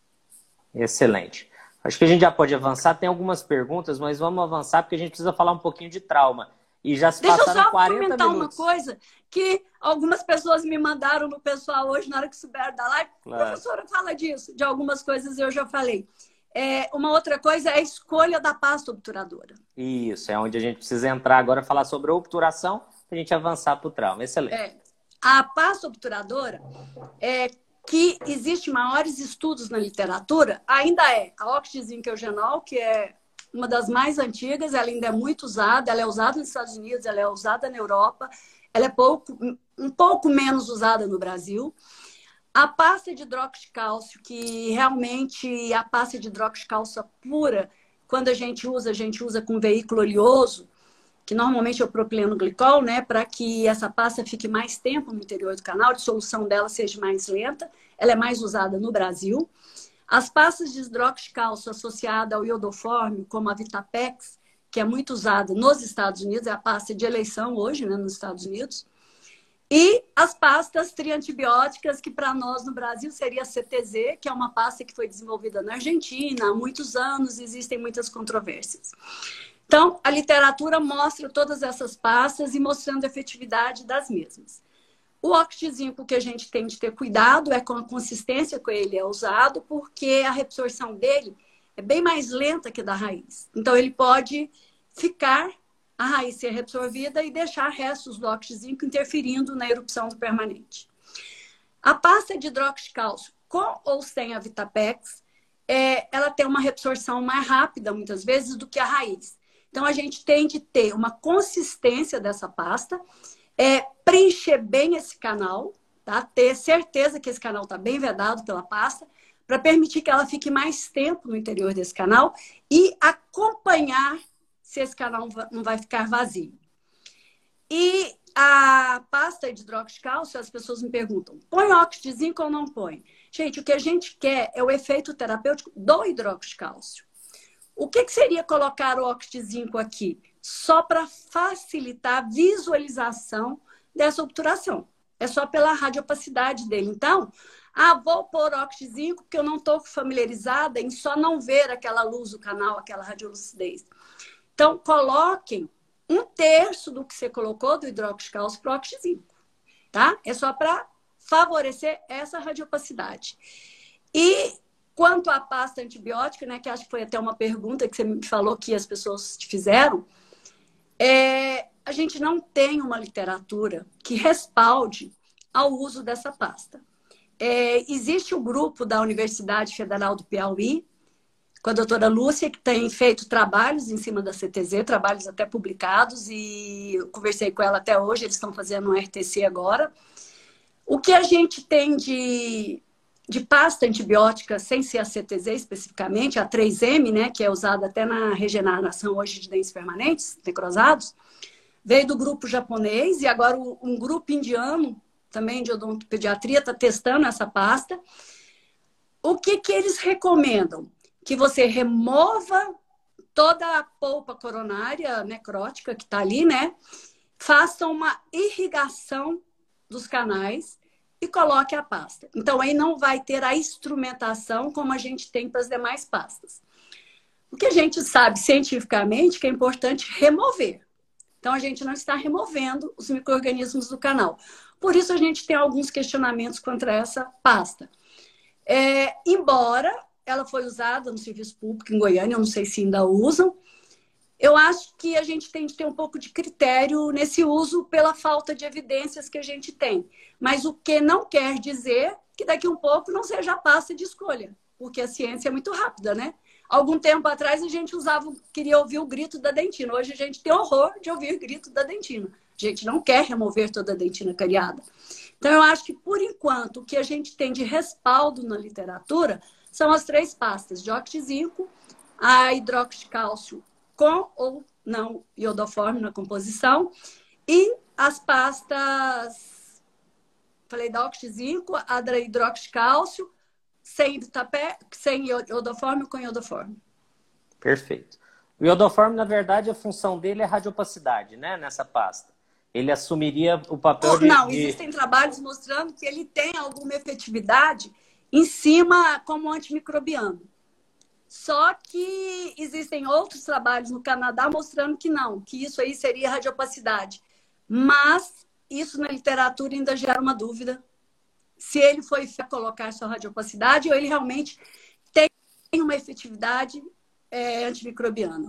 Excelente. Acho que a gente já pode avançar. Tem algumas perguntas, mas vamos avançar porque a gente precisa falar um pouquinho de trauma. E já se Deixa passaram eu só quarenta comentar minutos. uma coisa que algumas pessoas me mandaram no pessoal hoje, na hora que souberam da live. Claro. Professora, fala disso. De algumas coisas eu já falei. É, uma outra coisa é a escolha da pasta obturadora. Isso, é onde a gente precisa entrar agora, falar sobre a obturação, para a gente avançar para o trauma. Excelente. É, a pasta obturadora, é, que existe maiores estudos na literatura, ainda é a oxizinc-eugenol, que é uma das mais antigas, ela ainda é muito usada, ela é usada nos Estados Unidos, ela é usada na Europa, ela é pouco, um pouco menos usada no Brasil. A pasta de hidróxido de cálcio, que realmente a pasta de hidróxido de cálcio pura, quando a gente usa, a gente usa com veículo oleoso, que normalmente é o propileno glicol, né, para que essa pasta fique mais tempo no interior do canal, a dissolução dela seja mais lenta. Ela é mais usada no Brasil. As pastas de hidroxicálcio associada ao iodoforme, como a Vitapex, que é muito usada nos Estados Unidos, é a pasta de eleição hoje, né, nos Estados Unidos. E as pastas triantibióticas, que para nós no Brasil seria a C T Z, que é uma pasta que foi desenvolvida na Argentina há muitos anos, existem muitas controvérsias. Então, a literatura mostra todas essas pastas e mostrando a efetividade das mesmas. O oxtizinco que a gente tem de ter cuidado é com a consistência que ele é usado, porque a reabsorção dele é bem mais lenta que a da raiz. Então, ele pode ficar, a raiz ser reabsorvida e deixar restos do oxtizinco interferindo na erupção do permanente. A pasta de hidroxicálcio, com ou sem a Vitapex, é, ela tem uma reabsorção mais rápida, muitas vezes, do que a raiz. Então, a gente tem de ter uma consistência dessa pasta, é, preencher bem esse canal, tá? Ter certeza que esse canal está bem vedado pela pasta, para permitir que ela fique mais tempo no interior desse canal e acompanhar se esse canal não vai ficar vazio. E a pasta de hidroxicálcio, as pessoas me perguntam, põe óxido de zinco ou não põe? Gente, o que a gente quer é o efeito terapêutico do hidroxicálcio. O que, que seria colocar o óxido de zinco aqui? Só para facilitar a visualização dessa obturação. É só pela radiopacidade dele. Então, ah, vou pôr óxido de zinco porque eu não estou familiarizada em só não ver aquela luz do canal, aquela radiolucidez. Então, coloquem um terço do que você colocou do hidroxicálcio para o óxido de zinco. Tá? É só para favorecer essa radiopacidade. E quanto à pasta antibiótica, né, que acho que foi até uma pergunta que você me falou que as pessoas te fizeram, é, a gente não tem uma literatura que respalde ao uso dessa pasta. É, existe o grupo da Universidade Federal do Piauí, com a doutora Lúcia, que tem feito trabalhos em cima da C T Z, trabalhos até publicados, e eu conversei com ela até hoje, eles estão fazendo um R T C agora. O que a gente tem de, de pasta antibiótica, sem ser a C T Z especificamente, a três M, né, que é usada até na regeneração hoje de dentes permanentes, necrosados, veio do grupo japonês, e agora um grupo indiano, também de odontopediatria, está testando essa pasta. O que, que eles recomendam? Que você remova toda a polpa coronária necrótica que está ali, né? Faça uma irrigação dos canais e coloque a pasta. Então, aí não vai ter a instrumentação como a gente tem para as demais pastas. O que a gente sabe cientificamente que é importante remover. Então, a gente não está removendo os micro-organismos do canal. Por isso, a gente tem alguns questionamentos contra essa pasta. É, embora ela foi usada no serviço público em Goiânia, eu não sei se ainda usam, eu acho que a gente tem de ter um pouco de critério nesse uso pela falta de evidências que a gente tem. Mas o que não quer dizer que daqui a um pouco não seja a pasta de escolha, porque a ciência é muito rápida, né? Algum tempo atrás a gente usava, queria ouvir o grito da dentina. Hoje a gente tem horror de ouvir o grito da dentina. A gente não quer remover toda a dentina cariada. Então eu acho que, por enquanto, o que a gente tem de respaldo na literatura são as três pastas de óxido de zinco, a hidroxicálcio com ou não iodoforme na composição e as pastas, falei da óxido de zinco, a da hidroxicálcio, sem, tapé, sem iodoforme ou com iodoforme. Perfeito. O iodoforme, na verdade, a função dele é radiopacidade, né? Nessa pasta. Ele assumiria o papel de... Não, de... existem trabalhos mostrando que ele tem alguma efetividade em cima como antimicrobiano. Só que existem outros trabalhos no Canadá mostrando que não, que isso aí seria radiopacidade. Mas isso na literatura ainda gera uma dúvida. Se ele foi colocar sua radiopacidade ou ele realmente tem uma efetividade é, antimicrobiana.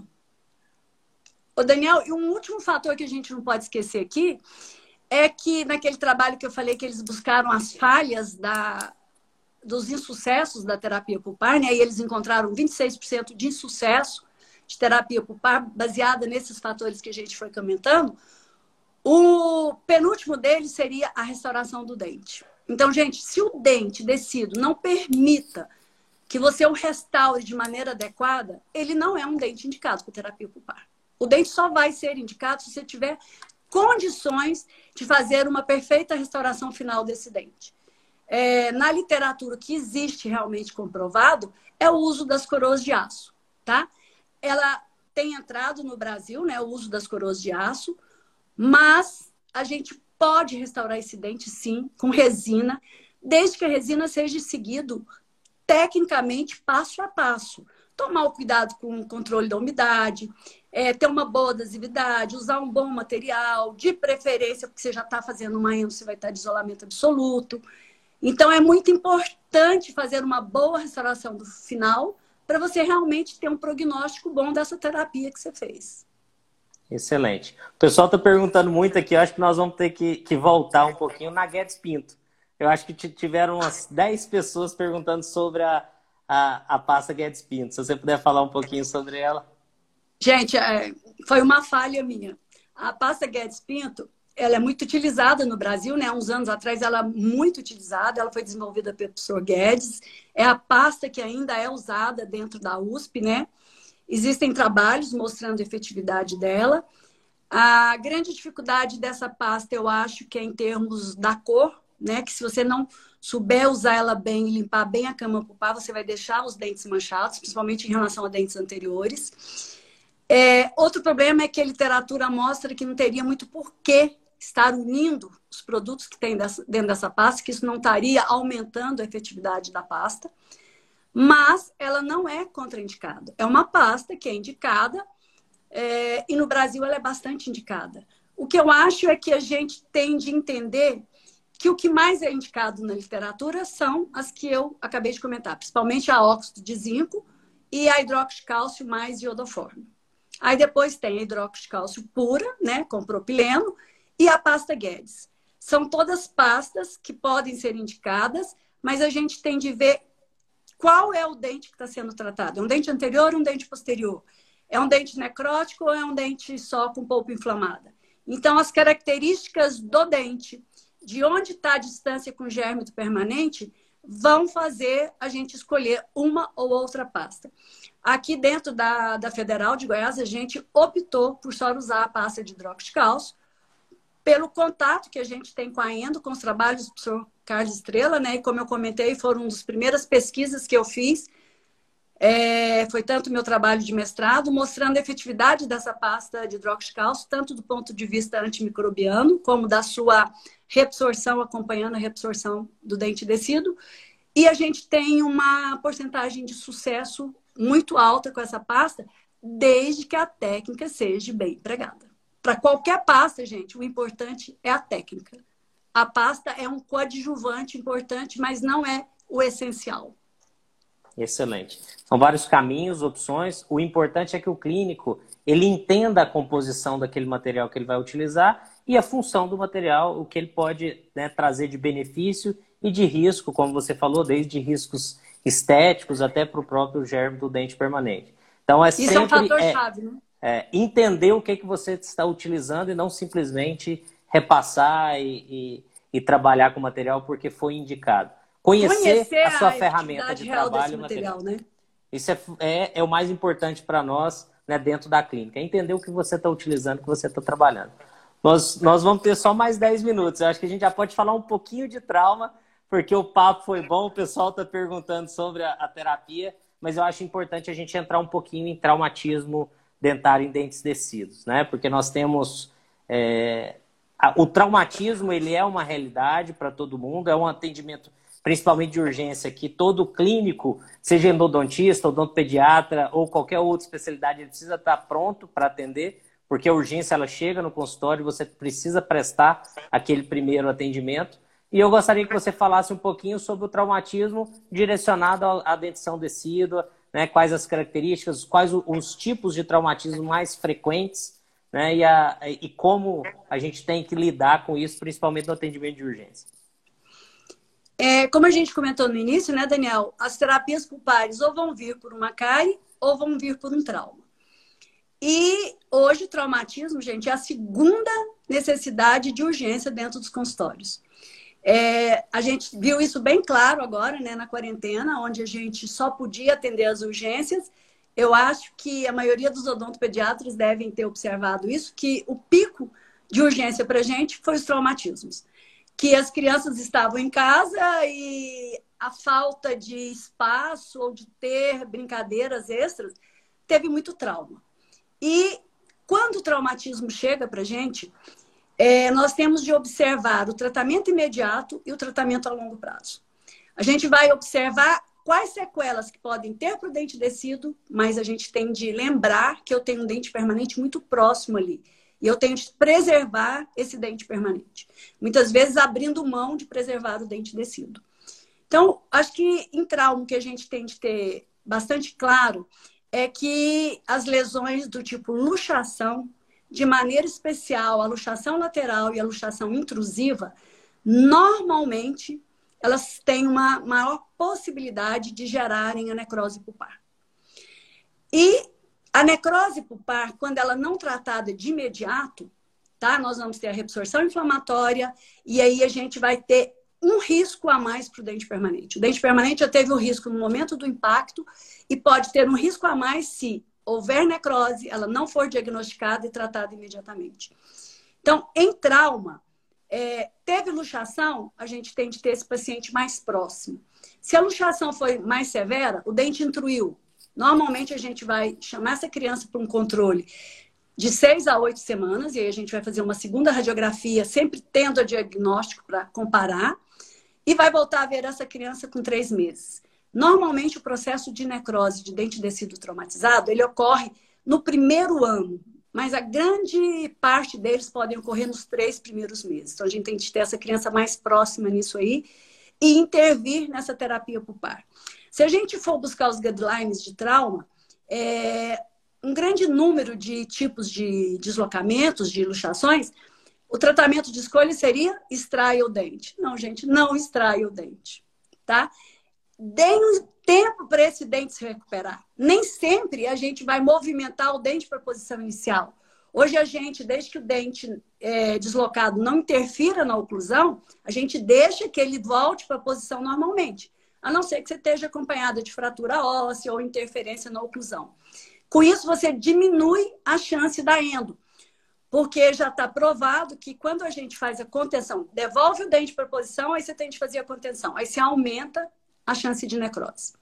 Ô Daniel, e um último fator que a gente não pode esquecer aqui é que naquele trabalho que eu falei que eles buscaram as falhas da, dos insucessos da terapia pulpar, né? E eles encontraram vinte e seis por cento de insucesso de terapia pulpar baseada nesses fatores que a gente foi comentando. O penúltimo deles seria a restauração do dente. Então, gente, se o dente decido não permita que você o restaure de maneira adequada, ele não é um dente indicado para terapia pulpar. O dente só vai ser indicado se você tiver condições de fazer uma perfeita restauração final desse dente. É, na literatura, o que existe realmente comprovado é o uso das coroas de aço, tá? Ela tem entrado no Brasil, né, o uso das coroas de aço, mas a gente pode restaurar esse dente, sim, com resina, desde que a resina seja seguido tecnicamente passo a passo. Tomar o cuidado com o controle da umidade, é, ter uma boa adesividade, usar um bom material, de preferência, porque você já está fazendo uma endo, você vai estar de isolamento absoluto. Então, é muito importante fazer uma boa restauração do final para você realmente ter um prognóstico bom dessa terapia que você fez. Excelente. O pessoal está perguntando muito aqui, eu acho que nós vamos ter que, que voltar um pouquinho na Guedes Pinto. Eu acho que tiveram umas dez pessoas perguntando sobre a, a, a pasta Guedes Pinto. Se você puder falar um pouquinho sobre ela. Gente, é, foi uma falha minha. A pasta Guedes Pinto, ela é muito utilizada no Brasil, né? Há uns anos atrás ela é muito utilizada, ela foi desenvolvida pelo professor Guedes. É a pasta que ainda é usada dentro da U S P, né? Existem trabalhos mostrando a efetividade dela. A grande dificuldade dessa pasta, eu acho, que é em termos da cor, né? Que se você não souber usar ela bem e limpar bem a cama pulpar, você vai deixar os dentes manchados, principalmente em relação a dentes anteriores. É, outro problema é que a literatura mostra que não teria muito porquê estar unindo os produtos que tem dentro dessa pasta, que isso não estaria aumentando a efetividade da pasta. Mas ela não é contraindicada. É uma pasta que é indicada é, e no Brasil ela é bastante indicada. O que eu acho é que a gente tem de entender que o que mais é indicado na literatura são as que eu acabei de comentar, principalmente a óxido de zinco e a hidroxicálcio mais iodoforme. Aí depois tem a hidroxicálcio pura, né, com propileno, e a pasta Guedes. São todas pastas que podem ser indicadas, mas a gente tem de ver qual é o dente que está sendo tratado. É um dente anterior ou um dente posterior? É um dente necrótico ou é um dente só com polpa inflamada? Então, as características do dente, de onde está a distância com o germe do permanente, vão fazer a gente escolher uma ou outra pasta. Aqui dentro da, da Federal de Goiás, a gente optou por só usar a pasta de hidroxicálcio, pelo contato que a gente tem com a endo, com os trabalhos do professor Carlos Estrela, né? E como eu comentei, foram uma das primeiras pesquisas que eu fiz. É, foi tanto o meu trabalho de mestrado, mostrando a efetividade dessa pasta de hidroxicálcio, tanto do ponto de vista antimicrobiano, como da sua reabsorção, acompanhando a reabsorção do dente descido. E a gente tem uma porcentagem de sucesso muito alta com essa pasta, desde que a técnica seja bem empregada. Para qualquer pasta, gente, o importante é a técnica. A pasta é um coadjuvante importante, mas não é o essencial. Excelente. São vários caminhos, opções. O importante é que o clínico ele entenda a composição daquele material que ele vai utilizar e a função do material, o que ele pode, né, trazer de benefício e de risco, como você falou, desde riscos estéticos até para o próprio germe do dente permanente. Então, é Isso sempre, é um fator-chave, é, né? É, entender o que, que você está utilizando e não simplesmente repassar e, e, e trabalhar com o material porque foi indicado. Conhecer, Conhecer a sua a ferramenta de real trabalho. desse material, né? Isso é, é, é o mais importante para nós, né, dentro da clínica. É entender o que você está utilizando, o que você está trabalhando. Nós, nós vamos ter só mais dez minutos. Eu acho que a gente já pode falar um pouquinho de trauma, porque o papo foi bom, o pessoal está perguntando sobre a, a terapia, mas eu acho importante a gente entrar um pouquinho em traumatismo dentário em dentes descidos, né? Porque nós temos... É, a, o traumatismo, ele é uma realidade para todo mundo, é um atendimento, principalmente de urgência, que todo clínico, seja endodontista, odontopediatra ou qualquer outra especialidade, ele precisa estar pronto para atender, porque a urgência ela chega no consultório e você precisa prestar aquele primeiro atendimento. E eu gostaria que você falasse um pouquinho sobre o traumatismo direcionado à dentição decídua, né, quais as características, quais os tipos de traumatismo mais frequentes, né, e, a, e como a gente tem que lidar com isso, principalmente no atendimento de urgência. É, como a gente comentou no início, né, Daniel? As terapias pulpares ou vão vir por uma cárie ou vão vir por um trauma. E hoje o traumatismo, gente, é a segunda necessidade de urgência dentro dos consultórios. É, a gente viu isso bem claro agora, né, na quarentena, onde a gente só podia atender as urgências eu acho que a maioria dos odontopediatras devem ter observado isso, que o pico de urgência para a gente foi os traumatismos. Que as crianças estavam em casa e a falta de espaço ou de ter brincadeiras extras teve muito trauma. E quando o traumatismo chega para a gente, é, nós temos de observar o tratamento imediato e o tratamento a longo prazo. A gente vai observar quais sequelas que podem ter para o dente descido, mas a gente tem de lembrar que eu tenho um dente permanente muito próximo ali. E eu tenho de preservar esse dente permanente. Muitas vezes abrindo mão de preservar o dente descido. Então, acho que em trauma que a gente tem de ter bastante claro é que as lesões do tipo luxação, de maneira especial a luxação lateral e a luxação intrusiva, normalmente elas têm uma maior possibilidade de gerarem a necrose pulpar. E a necrose pulpar, quando ela não tratada de imediato, tá? Nós vamos ter a reabsorção inflamatória e aí a gente vai ter um risco a mais para o dente permanente. O dente permanente já teve o risco no momento do impacto e pode ter um risco a mais se houver necrose, ela não for diagnosticada e tratada imediatamente. Então, em trauma, É, teve luxação, a gente tem de ter esse paciente mais próximo. Se a luxação foi mais severa, o dente intruiu. Normalmente a gente vai chamar essa criança para um controle de seis a oito semanas, e aí a gente vai fazer uma segunda radiografia, sempre tendo a diagnóstico para comparar, e vai voltar a ver essa criança com três meses. Normalmente o processo de necrose de dente descido traumatizado, ele ocorre no primeiro ano. Mas a grande parte deles podem ocorrer nos três primeiros meses. Então, a gente tem que ter essa criança mais próxima nisso aí e intervir nessa terapia pulpar. Se a gente for buscar os guidelines de trauma, é, um grande número de tipos de deslocamentos, de luxações, o tratamento de escolha seria extrair o dente. Não, gente, não extrai o dente, tá? Deem um tempo para esse dente se recuperar. Nem sempre a gente vai movimentar o dente para a posição inicial. Hoje a gente, desde que o dente é, deslocado não interfira na oclusão, a gente deixa que ele volte para a posição normalmente. A não ser que você esteja acompanhada de fratura óssea ou interferência na oclusão. Com isso, você diminui a chance da endo. Porque já está provado que quando a gente faz a contenção, devolve o dente para a posição, aí você tem de fazer a contenção. Aí você aumenta a chance de necrose.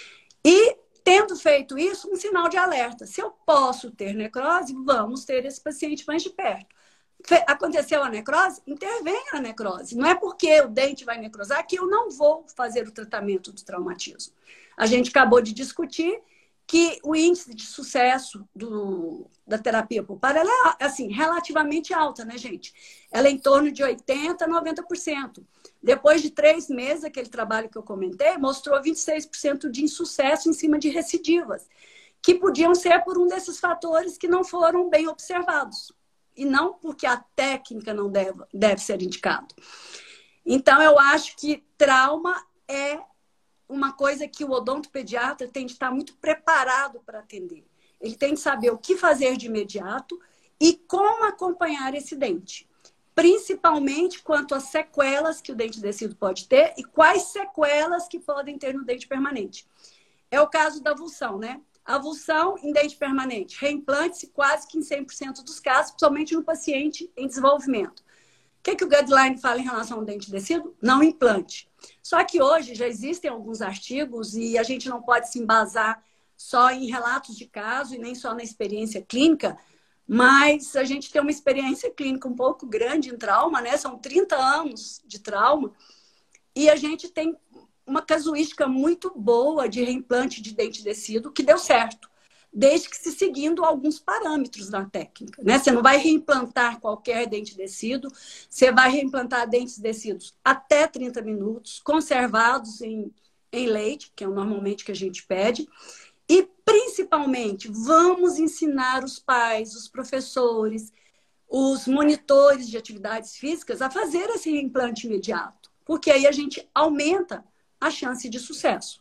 E, tendo feito isso, um sinal de alerta. Se eu posso ter necrose, vamos ter esse paciente mais de perto. Aconteceu a necrose? Intervenha na necrose. Não é porque o dente vai necrosar que eu não vou fazer o tratamento do traumatismo. A gente acabou de discutir que o índice de sucesso do, da terapia pulpar ela é assim, relativamente alta, né, gente? Ela é em torno de oitenta por cento a noventa por cento. Depois de três meses, aquele trabalho que eu comentei, mostrou vinte e seis por cento de insucesso em cima de recidivas, que podiam ser por um desses fatores que não foram bem observados. E não porque a técnica não deve, deve ser indicado. Então, eu acho que trauma é uma coisa que o odontopediatra tem de estar muito preparado para atender. Ele tem de saber o que fazer de imediato e como acompanhar esse dente. Principalmente quanto às sequelas que o dente descido pode ter e quais sequelas que podem ter no dente permanente. É o caso da avulsão, né? A avulsão em dente permanente reimplante-se quase que em cem por cento dos casos, principalmente no paciente em desenvolvimento. O que, que o guideline fala em relação ao dente descido? Não implante. Só que hoje já existem alguns artigos e a gente não pode se embasar só em relatos de caso e nem só na experiência clínica, mas a gente tem uma experiência clínica um pouco grande em trauma, né? São trinta anos de trauma e a gente tem uma casuística muito boa de reimplante de dente descido que deu certo, desde que se seguindo alguns parâmetros da técnica, né? Você não vai reimplantar qualquer dente descido, você vai reimplantar dentes descidos até trinta minutos, conservados em, em leite, que é normalmente que a gente pede, e principalmente vamos ensinar os pais, os professores, os monitores de atividades físicas a fazer esse reimplante imediato, porque aí a gente aumenta a chance de sucesso.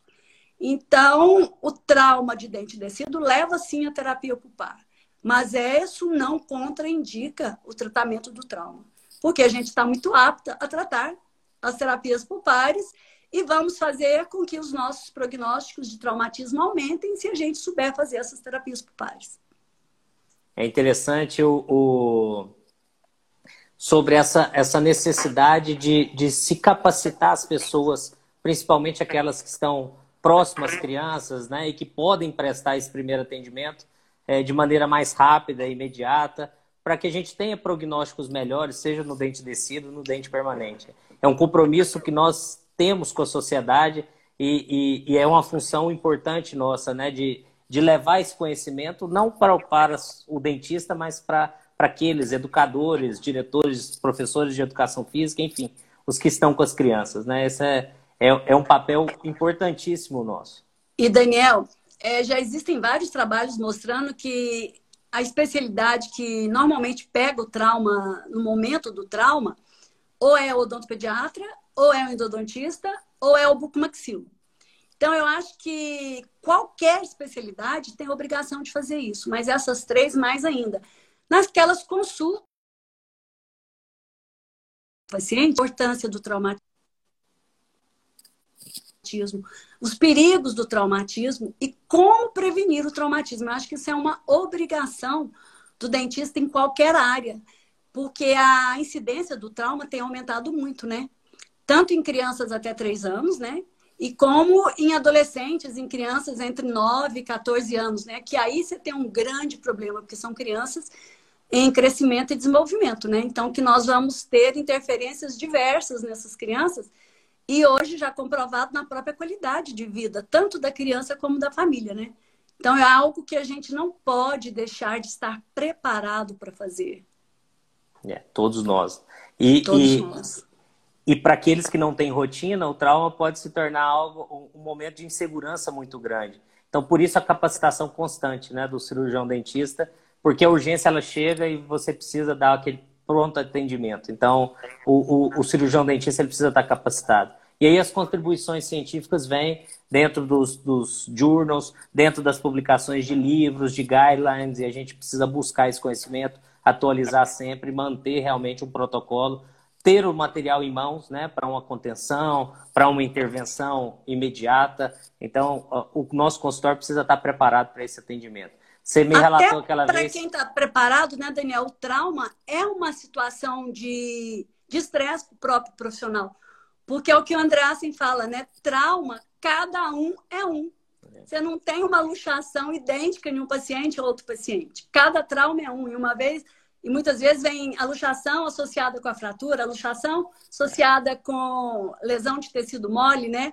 Então, o trauma de dente descido leva sim a terapia pulpar. Mas isso não contraindica o tratamento do trauma. Porque a gente está muito apta a tratar as terapias pulpares e vamos fazer com que os nossos prognósticos de traumatismo aumentem se a gente souber fazer essas terapias por pares. É interessante o, o... sobre essa, essa necessidade de, de se capacitar as pessoas, principalmente aquelas que estão próximas às crianças, né, e que podem prestar esse primeiro atendimento é, de maneira mais rápida e imediata, para que a gente tenha prognósticos melhores, seja no dente descido, no dente permanente. É um compromisso que nós temos com a sociedade e, e, e é uma função importante nossa, né, de, de levar esse conhecimento não para, para o dentista, mas para, para aqueles educadores, diretores, professores de educação física, enfim, os que estão com as crianças, né? Esse é, é, é um papel importantíssimo nosso. E, Daniel, é, já existem vários trabalhos mostrando que a especialidade que normalmente pega o trauma no momento do trauma ou é o odontopediatra, ou é o endodontista, ou é o bucomaxilo. Então, eu acho que qualquer especialidade tem a obrigação de fazer isso, mas essas três mais ainda. Naquelas consultas, paciente, a importância do traumatismo, os perigos do traumatismo e como prevenir o traumatismo. Eu acho que isso é uma obrigação do dentista em qualquer área, porque a incidência do trauma tem aumentado muito, né? Tanto em crianças até três anos, né? E como em adolescentes, em crianças entre nove e quatorze anos, né? Que aí você tem um grande problema, porque são crianças em crescimento e desenvolvimento, né? Então, que nós vamos ter interferências diversas nessas crianças e hoje já comprovado na própria qualidade de vida, tanto da criança como da família, né? Então, é algo que a gente não pode deixar de estar preparado para fazer. É, todos nós. E, todos e... nós. E para aqueles que não têm rotina, o trauma pode se tornar algo, um momento de insegurança muito grande. Então, por isso a capacitação constante, né, do cirurgião dentista, porque a urgência ela chega e você precisa dar aquele pronto atendimento. Então, o, o, o cirurgião dentista ele precisa estar capacitado. E aí as contribuições científicas vêm dentro dos, dos journals, dentro das publicações de livros, de guidelines, e a gente precisa buscar esse conhecimento, atualizar sempre, manter realmente um protocolo, ter o material em mãos, né, para uma contenção, para uma intervenção imediata. Então, o nosso consultório precisa estar preparado para esse atendimento. Você me relatou aquela vez... Para quem está preparado, né, Daniel, o trauma é uma situação de estresse para o próprio profissional. Porque é o que o André Assen fala, né? Trauma, cada um é um. Você não tem uma luxação idêntica em um paciente ou outro paciente. Cada trauma é um. E uma vez... E muitas vezes vem a luxação associada com a fratura, a luxação associada com lesão de tecido mole, né?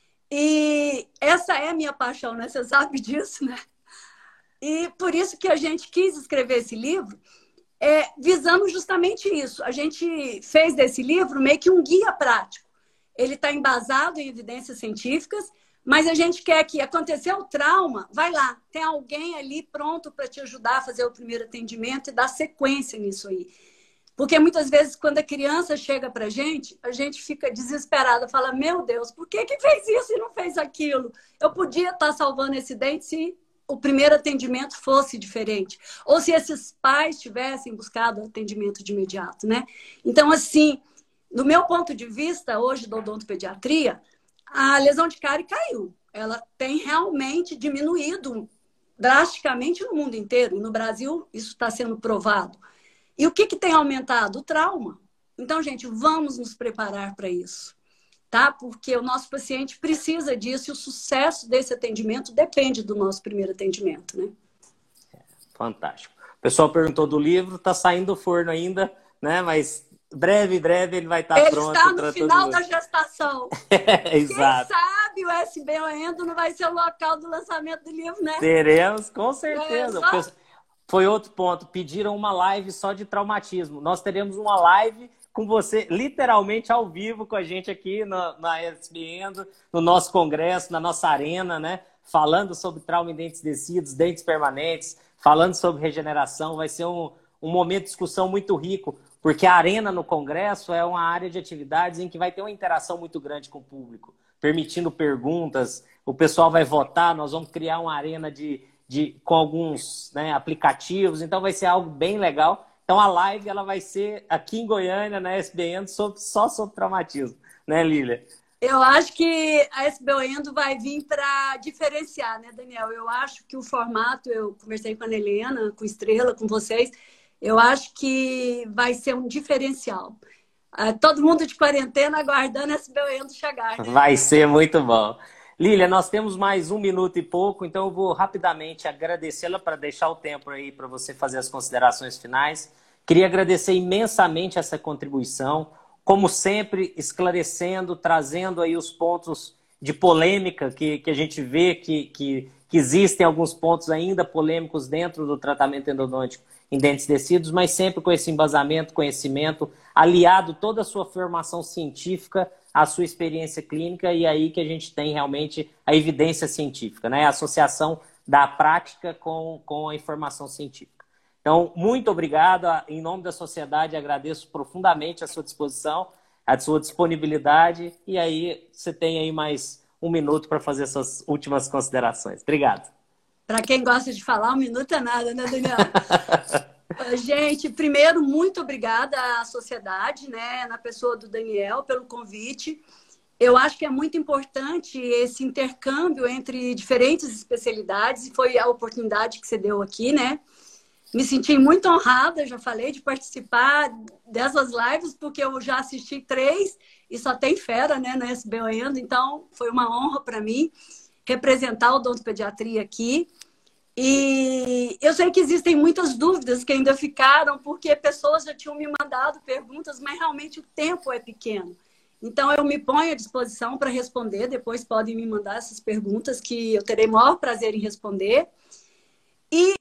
E essa é a minha paixão, né? Você sabe disso, né? E por isso que a gente quis escrever esse livro, é, visando justamente isso. A gente fez desse livro meio que um guia prático. Ele está embasado em evidências científicas, mas a gente quer que aconteceu o trauma, vai lá, tem alguém ali pronto para te ajudar a fazer o primeiro atendimento e dar sequência nisso aí. Porque muitas vezes, quando a criança chega para a gente, a gente fica desesperada, fala, meu Deus, por que que fez isso e não fez aquilo? Eu podia estar salvando esse dente se o primeiro atendimento fosse diferente. Ou se esses pais tivessem buscado atendimento de imediato, né? Então, assim, do meu ponto de vista, hoje, da odontopediatria, a lesão de cárie caiu. Ela tem realmente diminuído drasticamente no mundo inteiro. E no Brasil, isso está sendo provado. E o que, que tem aumentado? O trauma. Então, gente, vamos nos preparar para isso. Tá? Porque o nosso paciente precisa disso e o sucesso desse atendimento depende do nosso primeiro atendimento, né? Fantástico. O pessoal perguntou do livro, está saindo do forno ainda, né? Mas... Breve, breve ele vai estar ele pronto. Ele está no final da gestação. É, exato. Quem sabe o S B O Endo não vai ser o local do lançamento do livro, né? Teremos, com certeza. É, só... Foi outro ponto. Pediram uma live só de traumatismo. Nós teremos uma live com você, literalmente ao vivo com a gente aqui na, na S B Endo, no nosso congresso, na nossa arena, né? Falando sobre trauma em dentes descidos, dentes permanentes, falando sobre regeneração. Vai ser um, um momento de discussão muito rico. Porque a arena no Congresso é uma área de atividades em que vai ter uma interação muito grande com o público, permitindo perguntas, o pessoal vai votar, nós vamos criar uma arena de, de, com alguns, né, aplicativos, então vai ser algo bem legal. Então a live ela vai ser aqui em Goiânia, na S B N, sobre, só sobre traumatismo, né, Lília? Eu acho que a S B O Endo vai vir para diferenciar, né, Daniel? Eu acho que o formato, eu conversei com a Helena, com Estrela, com vocês, eu acho que vai ser um diferencial. Ah, todo mundo de quarentena aguardando a S B O Endo chegar, né? Vai ser muito bom. Lília, nós temos mais um minuto e pouco, então eu vou rapidamente agradecê-la para deixar o tempo aí para você fazer as considerações finais. Queria agradecer imensamente essa contribuição, como sempre, esclarecendo, trazendo aí os pontos de polêmica que, que a gente vê que, que, que existem alguns pontos ainda polêmicos dentro do tratamento endodôntico em dentes descidos, mas sempre com esse embasamento, conhecimento, aliado toda a sua formação científica à sua experiência clínica, e aí que a gente tem realmente a evidência científica, né? A associação da prática com, com a informação científica. Então, muito obrigado. Em nome da sociedade, agradeço profundamente a sua disposição, a sua disponibilidade, e aí você tem aí mais um minuto para fazer suas últimas considerações. Obrigado. Para quem gosta de falar, um minuto é nada, né, Daniel? Gente, primeiro, muito obrigada à sociedade, né, na pessoa do Daniel, pelo convite. Eu acho que é muito importante esse intercâmbio entre diferentes especialidades, e foi a oportunidade que você deu aqui, né? Me senti muito honrada, já falei, de participar dessas lives, porque eu já assisti três e só tem fera, né, na S B O Endo, então foi uma honra para mim representar o odontopediatria aqui. E eu sei que existem muitas dúvidas que ainda ficaram, porque pessoas já tinham me mandado perguntas, mas realmente o tempo é pequeno. Então, eu me ponho à disposição para responder. Depois podem me mandar essas perguntas que eu terei maior prazer em responder. E